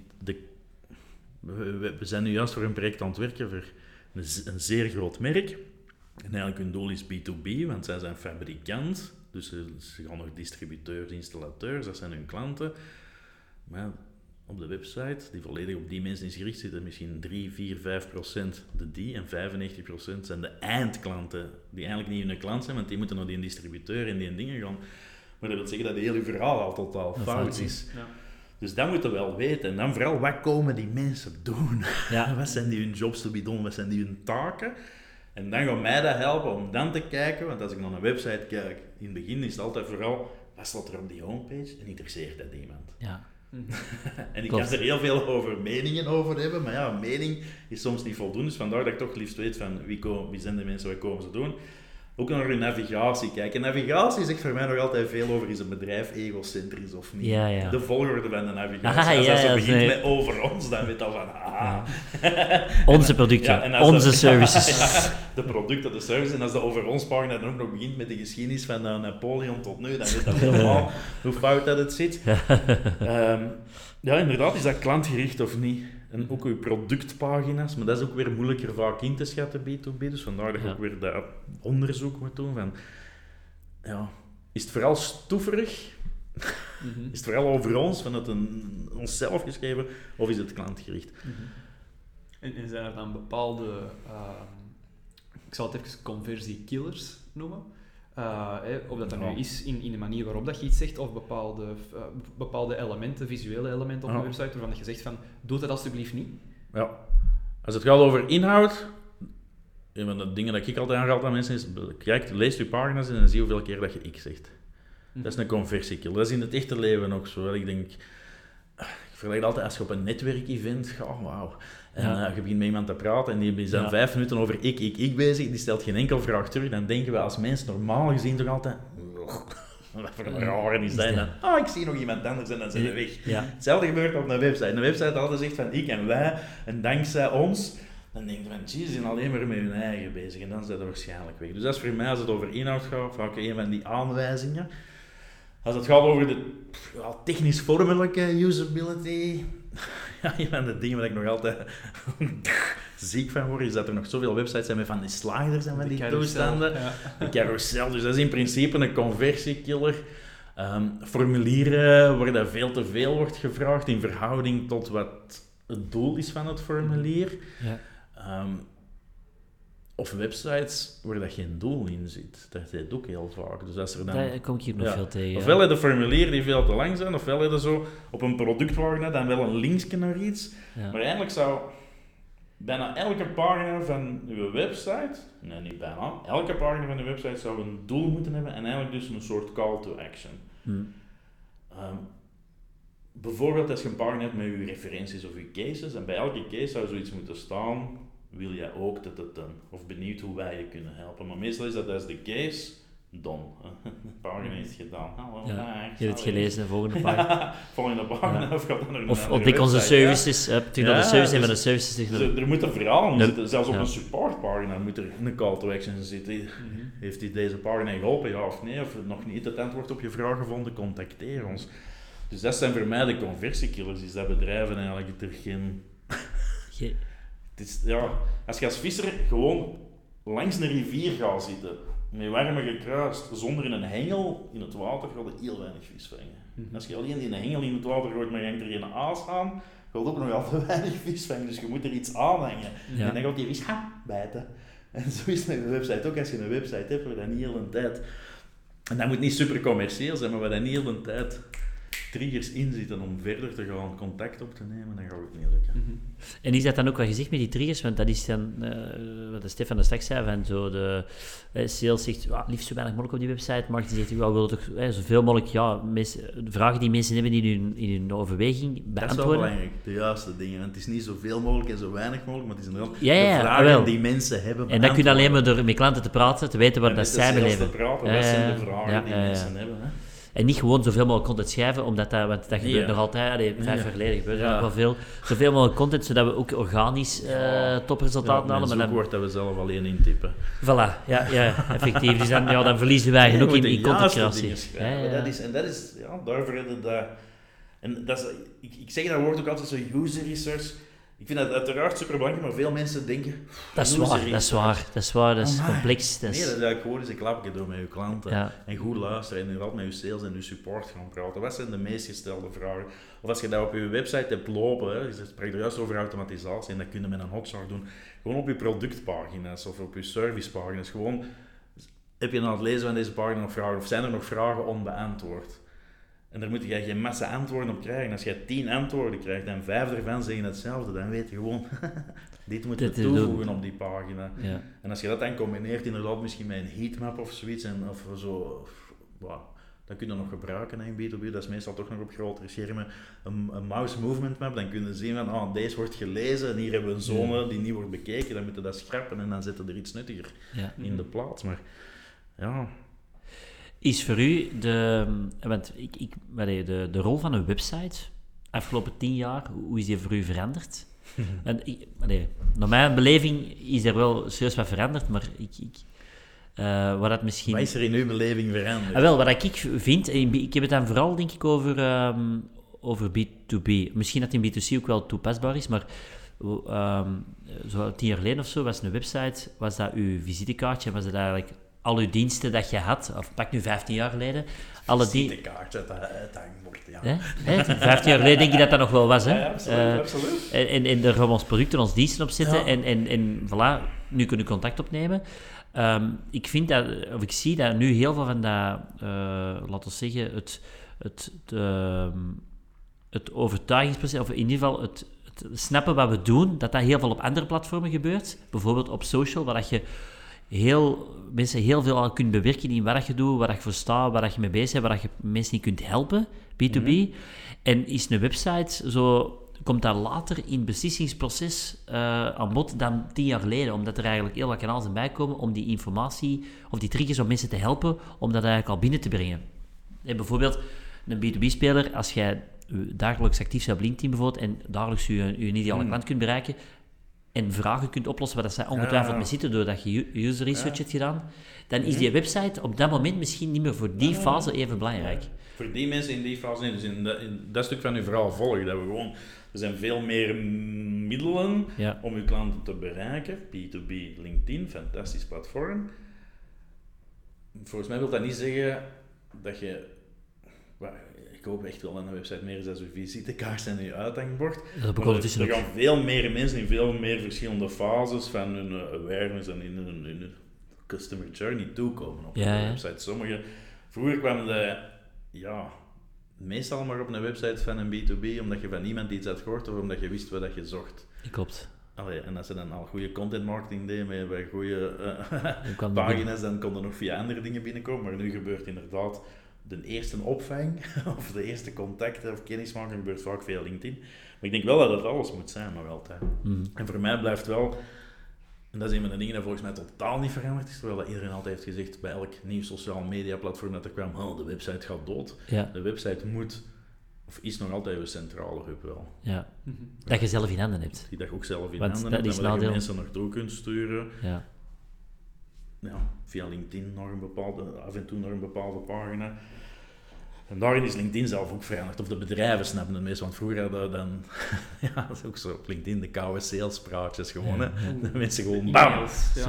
we zijn nu juist voor een project aan het werken voor een zeer groot merk. En eigenlijk hun doel is B2B, want zij zijn fabrikant. Dus ze gaan nog distributeurs, installateurs, dat zijn hun klanten. Maar op de website, die volledig op die mensen is gericht, zitten misschien 3, 4, 5% de die en 95% zijn de eindklanten, die eigenlijk niet hun klant zijn, want die moeten naar die distributeur en die dingen gaan. Maar dat wil zeggen dat het hele verhaal al totaal fout is. Ja. Dus dat moeten we wel weten. En dan vooral, wat komen die mensen doen? Ja. Wat zijn die hun jobs to be done? Wat zijn die hun taken? En dan gaat mij dat helpen om dan te kijken, want als ik naar een website kijk, in het begin is het altijd vooral, wat staat er op die homepage en interesseert dat iemand? Ja. En ik kan er heel veel meningen over hebben, maar ja, een mening is soms niet voldoende. Dus vandaar dat ik toch liefst weet van wie zijn de mensen, wat komen ze doen. Ook naar hun navigatie kijken. Navigatie zegt voor mij nog altijd veel over, is een bedrijf egocentrisch of niet. Ja, ja. De volgorde van de navigatie. Als het begint met over ons, dan weet je al van, onze producten, onze services. De producten, de services. En als de over ons pagina dan ook nog begint met de geschiedenis van Napoleon tot nu, dan weet je helemaal hoe fout dat het zit. Ja, inderdaad, is dat klantgericht of niet? En ook uw productpagina's, maar dat is ook weer moeilijker vaak in te schatten, B2B. Dus vandaar dat je ook weer dat onderzoek moet doen. Van, ja, is het vooral stoeverig? Is het vooral over ons, van het onszelf geschreven, of is het klantgericht? En zijn er dan bepaalde, ik zal het even conversiekillers noemen, of dat nu is in de manier waarop dat je iets zegt, of bepaalde elementen, visuele elementen op een website, waarvan je zegt van, doe dat alsjeblieft niet. Ja. Als het gaat over inhoud, een van de dingen dat ik altijd aanraad aan mensen is, lees je pagina's en dan zie je hoeveel keer dat je ik zegt. Dat is een conversiekiller. Dat is in het echte leven ook zo. Ik denk, ik vergelijk altijd, als je op een netwerkevent gaat, wauw. En je begint met iemand te praten en die is dan 5 minuten over ik bezig, die stelt geen enkel vraag terug. Dan denken we als mens normaal gezien toch altijd, wat voor een rare is dat? Dan, ik zie nog iemand anders en dan zijn we weg. Ja. Hetzelfde gebeurt op een website. Een website altijd zegt van ik en wij en dankzij ons. Dan denk je van, ze zijn alleen maar met hun eigen bezig en dan zijn ze waarschijnlijk weg. Dus dat is voor mij, als het over inhoud gaat, vaak een van die aanwijzingen. Als het gaat over de technisch vormelijke usability, een van de dingen waar ik nog altijd ziek van word, is dat er nog zoveel websites zijn met van die sliders en van die toestanden. Ja. De carousel, dus dat is in principe een conversiekiller. Formulieren waar dat veel te veel wordt gevraagd in verhouding tot wat het doel is van het formulier. Ja. Of websites waar dat geen doel in zit. Dat zit ook heel vaak. Dus als er dan, daar kom ik hier nog veel tegen. Ofwel heb je formulieren die veel te lang zijn, ofwel heb je zo op een productpagina dan wel een linkje naar iets. Ja. Maar eigenlijk zou bijna elke pagina van uw website, nee niet bijna, elke pagina van uw website zou een doel moeten hebben en eigenlijk dus een soort call to action. Bijvoorbeeld als je een pagina hebt met je referenties of je cases, en bij elke case zou zoiets moeten staan, wil jij ook of benieuwd hoe wij je kunnen helpen. Maar meestal is dat als de case, dan. De pagina is gedaan. Hallo, je hebt het gelezen, volgende pagina. Volgende pagina, of gaat dan nog of ontdek onze services, de service en van de services. Er moet een verhaal in zitten. Zelfs op een supportpagina moet er een call to action zitten. Heeft hij deze pagina geholpen, ja of nee? Of nog niet het antwoord op je vraag gevonden, contacteer ons. Dus dat zijn voor mij de conversiekillers, is dat bedrijven eigenlijk er geen... Het is, als je als visser gewoon langs een rivier gaat zitten, met warmen gekruist, zonder een hengel in het water, ga je heel weinig vis vangen. Als je alleen die hengel in het water gooit, maar je hangt er geen aas aan, ga je ook nog altijd weinig vis vangen. Dus je moet er iets aan hangen. En dan gaat die vis bijten. En zo is het met een website ook. Als je een website hebt, waar dat niet heel de tijd... En dat moet niet super commercieel zijn, maar waar dat niet heel de tijd triggers in zitten om verder te gaan contact op te nemen, dan gaat het niet lukken. En is dat dan ook wat je zegt met die triggers? Want dat is dan, wat de Stefan er straks zei, van zo de sales zegt, liefst zo weinig mogelijk op die website, marketing zegt, we willen toch zoveel mogelijk de vragen die mensen hebben in hun overweging beantwoorden. Dat is wel belangrijk, de juiste dingen. Want het is niet zoveel mogelijk en zo weinig mogelijk, maar het is inderdaad de vragen die mensen hebben. En dan kun je alleen maar door met klanten te praten, te weten wat dat zij beleven. Te praten, wat zijn de vragen die mensen hebben. Hè? En niet gewoon zoveel mogelijk content schrijven, want dat gebeurt nog altijd. 5 jaar geleden gebeurt er nog wel veel. Zoveel mogelijk content, zodat we ook organisch topresultaten halen. Maar dan wordt dat we zelf alleen intypen. Voilà, ja, effectief. Dus dan verliezen wij genoeg in contentcreatie. Daarvoor hebben dat... En dat is, ik zeg dat woord ook altijd zo, user research. Ik vind dat uiteraard superbelangrijk, maar veel mensen denken... Dat is waar, dat is complex. Nee, dat is eigenlijk gewoon eens een klapje door met je klanten. En goed luisteren en inderdaad met je sales en je support gaan praten. Wat zijn de meest gestelde vragen? Of als je dat op je website hebt lopen, hè, je spreekt er juist over automatisatie en dat kun je met een hotjar doen. Gewoon op je productpagina's of op je servicepagina's. Gewoon, heb je aan het lezen van deze pagina nog vragen? Of zijn er nog vragen onbeantwoord? En daar moet je geen massa antwoorden op krijgen. Als je 10 antwoorden krijgt en 5 ervan zeggen hetzelfde, dan weet je gewoon, dit moeten we toevoegen op die pagina. Ja. En als je dat dan combineert inderdaad misschien met een heatmap of zoiets, of zo, dan kun je dat nog gebruiken in B2B. Dat is meestal toch nog op grotere schermen. Een mouse movement map, dan kun je zien van, deze wordt gelezen en hier hebben we een zone die niet wordt bekeken. Dan moeten we dat schrappen en dan zetten we er iets nuttiger in de plaats. Maar ja... Is voor u de rol van een website afgelopen 10 jaar, hoe is die voor u veranderd? Naar mijn beleving is er wel serieus wat veranderd, maar wat dat misschien... Wat is er in uw beleving veranderd? Wat ik vind, ik heb het dan vooral denk ik over B2B. Misschien dat in B2C ook wel toepasbaar is, maar zo 10 jaar geleden of zo was een website, was dat uw visitekaartje, was dat eigenlijk... al uw diensten dat je had, of pak nu 15 jaar geleden... Visitekaartje uit dat hangbord, ja. 15 jaar geleden denk ik dat nog wel was, hè? Ja, absoluut. En daar gaan we ons producten, ons diensten op zetten, en voilà, nu kunnen we contact opnemen. Ik zie dat nu heel veel van dat, laten we zeggen, het overtuigingsproces, of in ieder geval het snappen wat we doen, dat heel veel op andere platformen gebeurt. Bijvoorbeeld op social, waar dat je mensen heel veel al kunt bewerken in wat je doet, waar je voor staat, waar je mee bezig bent, waar je mensen niet kunt helpen, B2B. En is een website komt dat later in het beslissingsproces aan bod dan 10 jaar geleden, omdat er eigenlijk heel wat kanalen zijn bijkomen om die informatie, of die triggers om mensen te helpen, om dat eigenlijk al binnen te brengen. En bijvoorbeeld, een B2B-speler, als jij dagelijks actief bent op LinkedIn bijvoorbeeld, en dagelijks je ideale klant kunt bereiken, en vragen kunt oplossen waar zij ongetwijfeld mee zitten doordat je user research hebt gedaan, dan is die website op dat moment misschien niet meer voor die fase even belangrijk. Voor die mensen in die fase niet. Dus in dat stuk van uw verhaal volg dat we gewoon... Er zijn veel meer middelen om uw klanten te bereiken. B2B, LinkedIn, fantastisch platform. Volgens mij wil dat niet zeggen dat je... Ik hoop echt wel dat een website meer is dan uw visitekaart en uw uithangbord. Er gaan veel meer mensen in veel meer verschillende fases van hun awareness en in hun customer journey toekomen op een website. Vroeger kwam meestal maar op een website van een B2B omdat je van niemand iets had gehoord of omdat je wist wat je zocht. Klopt. En als ze dan al goede content marketing deden met goede pagina's, dan kon er nog via andere dingen binnenkomen. Maar nu gebeurt inderdaad de eerste opvang of de eerste contacten of kennismaking gebeurt vaak via LinkedIn. Maar ik denk wel dat het alles moet zijn, nog altijd. En voor mij blijft wel, en dat is een van de dingen dat volgens mij totaal niet veranderd is, terwijl dat iedereen altijd heeft gezegd bij elk nieuw sociaal media platform dat er kwam, de website gaat dood. Ja. De website moet, of is nog altijd een centrale hub wel. Ja. Dat je zelf in handen hebt. Die dat je ook zelf in handen hebt, en dat je mensen naartoe kunt sturen. Ja. Via LinkedIn af en toe naar een bepaalde pagina. En daarin is LinkedIn zelf ook veranderd. Of de bedrijven snappen het meest. Want vroeger hadden dan... dat is ook zo op LinkedIn, de koude salespraatjes gewoon. Hè. De mensen gewoon bam!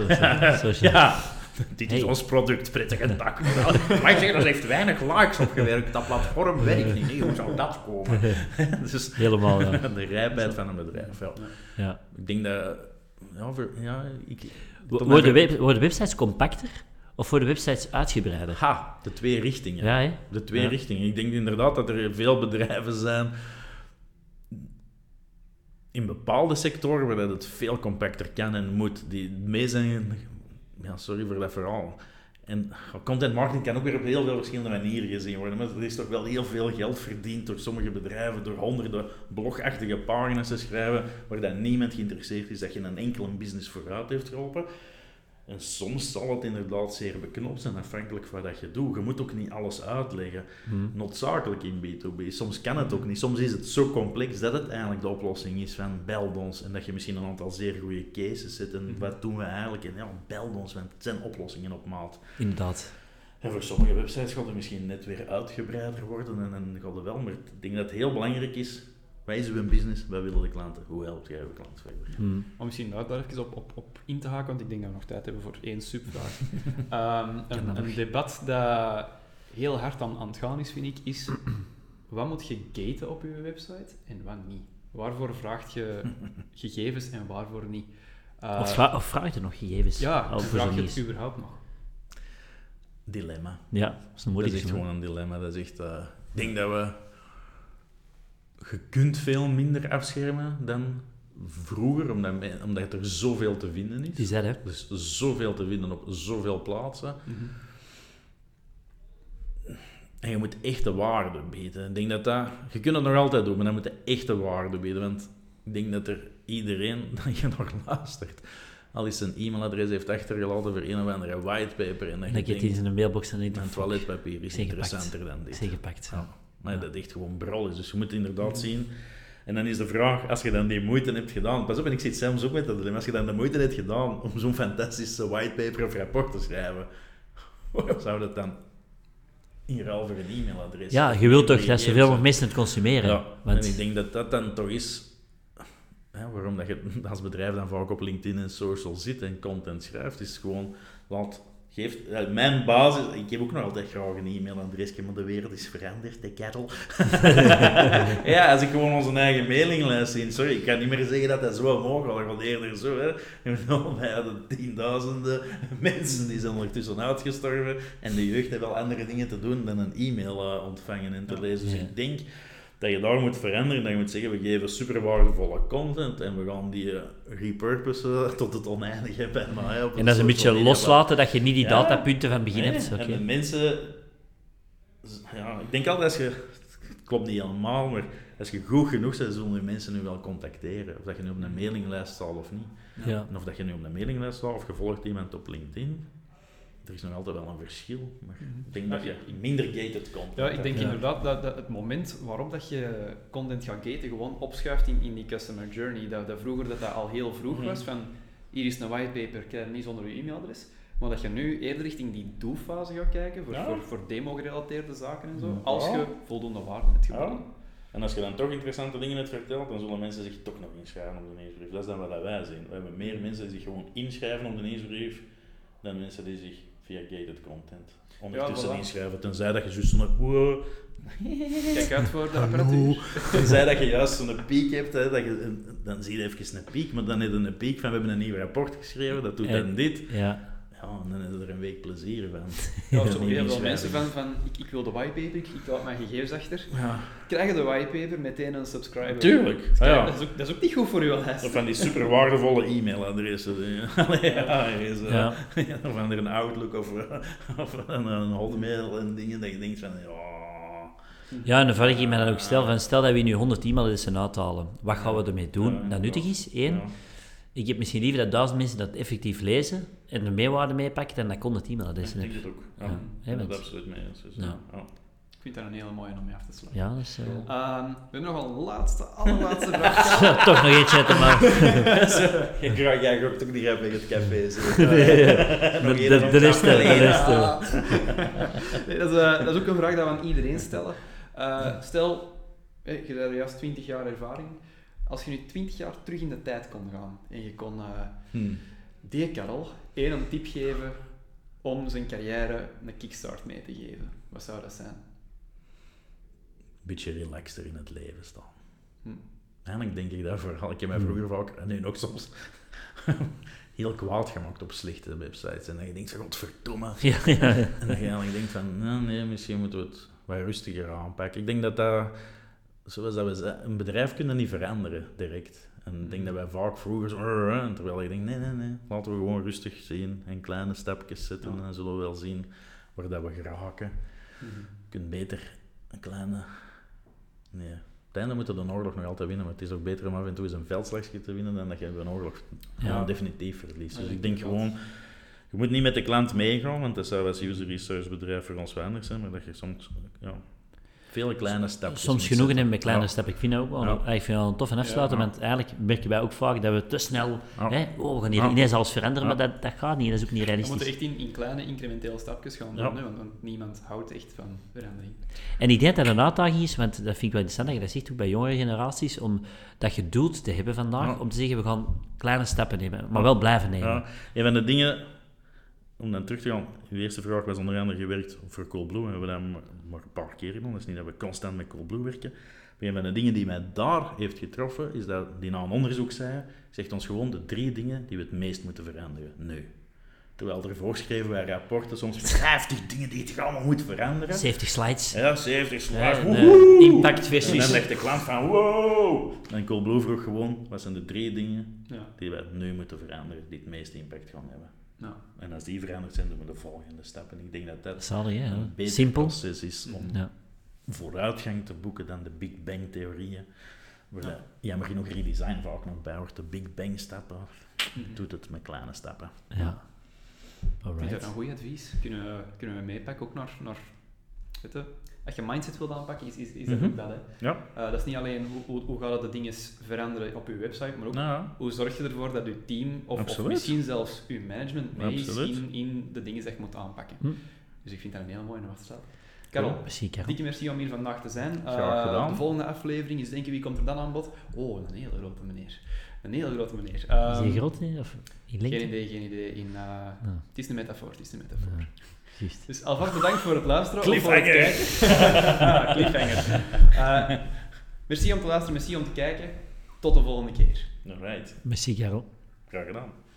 Dit is ons product, prettige dag. Maar ik zeg, er heeft weinig likes opgewerkt. Dat platform werkt niet. Nee, hoe zou dat komen? Dus helemaal, de rijpheid van een bedrijf. Ik denk dat... Worden websites compacter? Of voor de websites uitgebreider? Ha, de 2 richtingen. Ja, hè? De 2 richtingen. Ik denk inderdaad dat er veel bedrijven zijn in bepaalde sectoren waar dat het veel compacter kan en moet. Die mee zijn... Ja, sorry voor dat verhaal. En content marketing kan ook weer op heel veel verschillende manieren gezien worden. Maar er is toch wel heel veel geld verdiend door sommige bedrijven, door honderden blogachtige pagina's te schrijven, waar dat niemand geïnteresseerd is dat je een enkele business vooruit heeft geholpen. En soms zal het inderdaad zeer beknopt zijn, afhankelijk van wat je doet. Je moet ook niet alles uitleggen, noodzakelijk in B2B. Soms kan het ook niet. Soms is het zo complex dat het eigenlijk de oplossing is van bel ons. En dat je misschien een aantal zeer goede cases zet. En wat doen we eigenlijk? En ja, bel ons, want het zijn oplossingen op maat. Inderdaad. En voor sommige websites gaat het misschien net weer uitgebreider worden en gaat het wel. Maar ik denk dat het heel belangrijk is. Wat is uw business? Wat willen de klanten? Hoe helpt jij uw klant verder? Om misschien daar even op in te haken, want ik denk dat we nog tijd hebben voor 1 subvraag. Een debat dat heel hard aan het gaan is, vind ik, is wat moet je gaten op je website en wat niet? Waarvoor vraagt je gegevens en waarvoor niet? Of vraag je nog gegevens? Ja, vraag je het überhaupt nog? Dilemma. Ja, dat is een Dat moeilijke. is echt gewoon een dilemma. Dat is echt... ik denk dat we... Je kunt veel minder afschermen dan vroeger, omdat er zoveel te vinden is. Het is dat, hè? Dus zoveel te vinden op zoveel plaatsen. En je moet echte waarde bieden. Ik denk dat je kunt het nog altijd doen, maar dan moet je echte waarde bieden. Want ik denk dat er iedereen dat je nog luistert, al is zijn e-mailadres heeft achtergelaten voor een of andere whitepaper. En dat je het in zijn mailbox en niet een toiletpapier is interessanter dan dit. Zeker gepakt. Ja. Maar dat echt gewoon brol is. Dus je moet inderdaad zien. En dan is de vraag, als je dan die moeite hebt gedaan... Pas op, en ik zit zelfs ook met dat dilemma. Als je dan de moeite hebt gedaan om zo'n fantastische whitepaper of rapport te schrijven, waarom zou dat dan in ruil voor een e-mailadres? Ja, je wilt toch dat zoveel mogelijk mensen het consumeren. Ja, Want... en ik denk dat dat dan toch is... waarom dat je als bedrijf dan vaak op LinkedIn en social zit en content schrijft, is gewoon... Mijn basis, ik heb ook nog altijd graag een e-mailadresje, maar de wereld is veranderd, de kettel. Ja, als ik gewoon onze eigen mailinglijst zie, sorry, ik kan niet meer zeggen dat dat zo mogelijk is, want eerder zo, hè. Wij hadden 10.000 mensen die zijn ondertussen uitgestorven en de jeugd heeft wel andere dingen te doen dan een e-mail ontvangen en te lezen. Dus ik denk dat je daar moet veranderen, dat je moet zeggen, we geven super waardevolle content en we gaan die repurposen tot het oneindige bijna. En dat is een beetje loslaten, dat je niet die datapunten van het begin hebt. En de mensen... Ja, ik denk altijd, het klopt niet helemaal, maar als je goed genoeg bent, zullen je mensen nu wel contacteren. Of dat je nu op een mailinglijst staat of niet. Ja. En of dat je nu op een mailinglijst staat of je volgt iemand op LinkedIn. Er is nog altijd wel een verschil, maar ik denk dat je minder gated content... Ja, ik denk inderdaad dat het moment waarop dat je content gaat gaten gewoon opschuift in die customer journey. Dat vroeger dat al heel vroeg was, van hier is een whitepaper, krijg je niet zonder je e-mailadres. Maar dat je nu eerder richting die do-fase gaat kijken, voor demo-gerelateerde zaken en zo, als je voldoende waarde hebt geboden. En als je dan toch interessante dingen hebt verteld, dan zullen mensen zich toch nog inschrijven op de nieuwsbrief. Dat is dan wat wij zien. We hebben meer mensen die zich gewoon inschrijven op de nieuwsbrief, dan mensen die zich via gated content ondertussen inschrijven. Tenzij dat je juist zo'n... Kijk uit voor de apparatuur. Tenzij dat je juist zo'n piek hebt, hè, dan zie je even een piek, maar dan heb je een piek van we hebben een nieuw rapport geschreven, dat doet dan dit. Ja. Ja, en dan is er een week plezier van. Ja, zo heel veel mensen van ik wil de whitepaper, ik laat mijn gegevens achter. Ja. Krijgen de whitepaper meteen een subscriber. Tuurlijk. Dat is ook niet goed voor uw lijst. Of van die super waardevolle e-mailadressen. Of van een Outlook of een Hotmail en dingen dat je denkt van Ja, en dan vraag ik me dan ook stel dat we nu 100 e-mailadressen uithalen. Wat gaan we ermee doen? Dat nuttig is, 1. Ja. Ik heb misschien liever dat 1000 mensen dat effectief lezen en er meewaarde mee pakken dan dat ik 100 e-mailadressen heb. Ik denk het ook. Ja, dat absoluut mee. Dus, Ik vind dat een hele mooie om mee af te sluiten. Ja, dat is... we hebben nog een allerlaatste vraag. Toch nog eentje zetten, maar... Jij gaat toch niet uit met het café. De rest. Dat is ook een vraag die we aan iedereen stellen. Stel, je hebt er juist 20 jaar ervaring. Als je nu 20 jaar terug in de tijd kon gaan en je kon die Karel een tip geven om zijn carrière een kickstart mee te geven, wat zou dat zijn? Een beetje relaxter in het leven staan. Eigenlijk denk ik dat vooral. Ik heb mij vroeger vaak, en nu nog soms, heel kwaad gemaakt op slechte websites. En dan je denkt van, godverdomme. Ja. En dan je eigenlijk denkt van, nee, misschien moeten we het wat rustiger aanpakken. Ik denk dat, zoals dat we zeggen, een bedrijf kunnen niet veranderen direct. En ik denk dat wij vaak vroeger zo, terwijl ik denk, nee, laten we gewoon rustig zien en kleine stapjes zetten en dan zullen we wel zien waar dat we geraken. Je kunt beter een kleine... Nee, op het einde moeten we de oorlog nog altijd winnen, maar het is ook beter om af en toe eens een veldslagje te winnen dan dat je een oorlog gewoon definitief verliest. Dus ik denk gewoon, je moet niet met de klant meegaan, want dat zou als user research bedrijf voor ons weinig zijn, maar dat je soms vele kleine stapjes soms genoegen nemen met kleine stappen. Ik vind dat ook wel, ik vind dat een tof en afsluiten, want eigenlijk merken wij ook vaak dat we te snel, we gaan hier ineens alles veranderen, maar dat gaat niet, dat is ook niet realistisch. We moeten echt in kleine incrementele stapjes gaan doen, want niemand houdt echt van verandering. En ik denk dat dat een uitdaging is, want dat vind ik wel interessant, dat je dat zegt ook bij jongere generaties, om dat geduld te hebben vandaag, om te zeggen, we gaan kleine stappen nemen, maar wel blijven nemen. Ja. Een van de dingen, om dan terug te gaan, uw eerste vraag was onder andere gewerkt voor Coolblue, en we hebben dat maar een paar keer gedaan, dat is niet dat we constant met Coolblue werken. Maar een van de dingen die mij daar heeft getroffen, is dat die na een onderzoek zei, zegt ons gewoon de 3 dingen die we het meest moeten veranderen, nu. Terwijl er voorschreven wij rapporten soms 50 dingen die je allemaal moet veranderen. 70 slides. Ja, 70 slides. Impactversies. En dan zegt de klant van, wow! En Coolblue vroeg gewoon, wat zijn de 3 dingen die wij nu moeten veranderen, die het meeste impact gaan hebben. Ja. En als die veranderd zijn, doen we de volgende stap. En ik denk dat dat een beter simpel proces is om vooruitgang te boeken dan de Big Bang theorieën. Waar jammer genoeg redesign vaak nog bij hoort. De Big Bang stappen doet het met kleine stappen. Ja. Is dat een goed advies? Kunnen we meepakken ook naar weet je, als je mindset wilt aanpakken, is dat ook dat. Hè? Ja. Dat is niet alleen hoe gaat de dingen veranderen op je website, maar ook hoe zorg je ervoor dat je team, of misschien zelfs je management mee is in de dingen die je moet aanpakken. Dus ik vind dat een heel mooie afsluit. Karel, dikke merci om hier vandaag te zijn. Graag gedaan. De volgende aflevering is denk ik, wie komt er dan aan bod? Oh, een hele grote meneer. Een hele grote meneer. Is hij groot? Of in lengte? Geen idee. Het is een metafoor. Juist. Dus alvast bedankt voor het luisteren. Cliffhanger! Cliffhanger. Merci om te luisteren, merci om te kijken. Tot de volgende keer. Alright. Merci, Karel. Graag gedaan.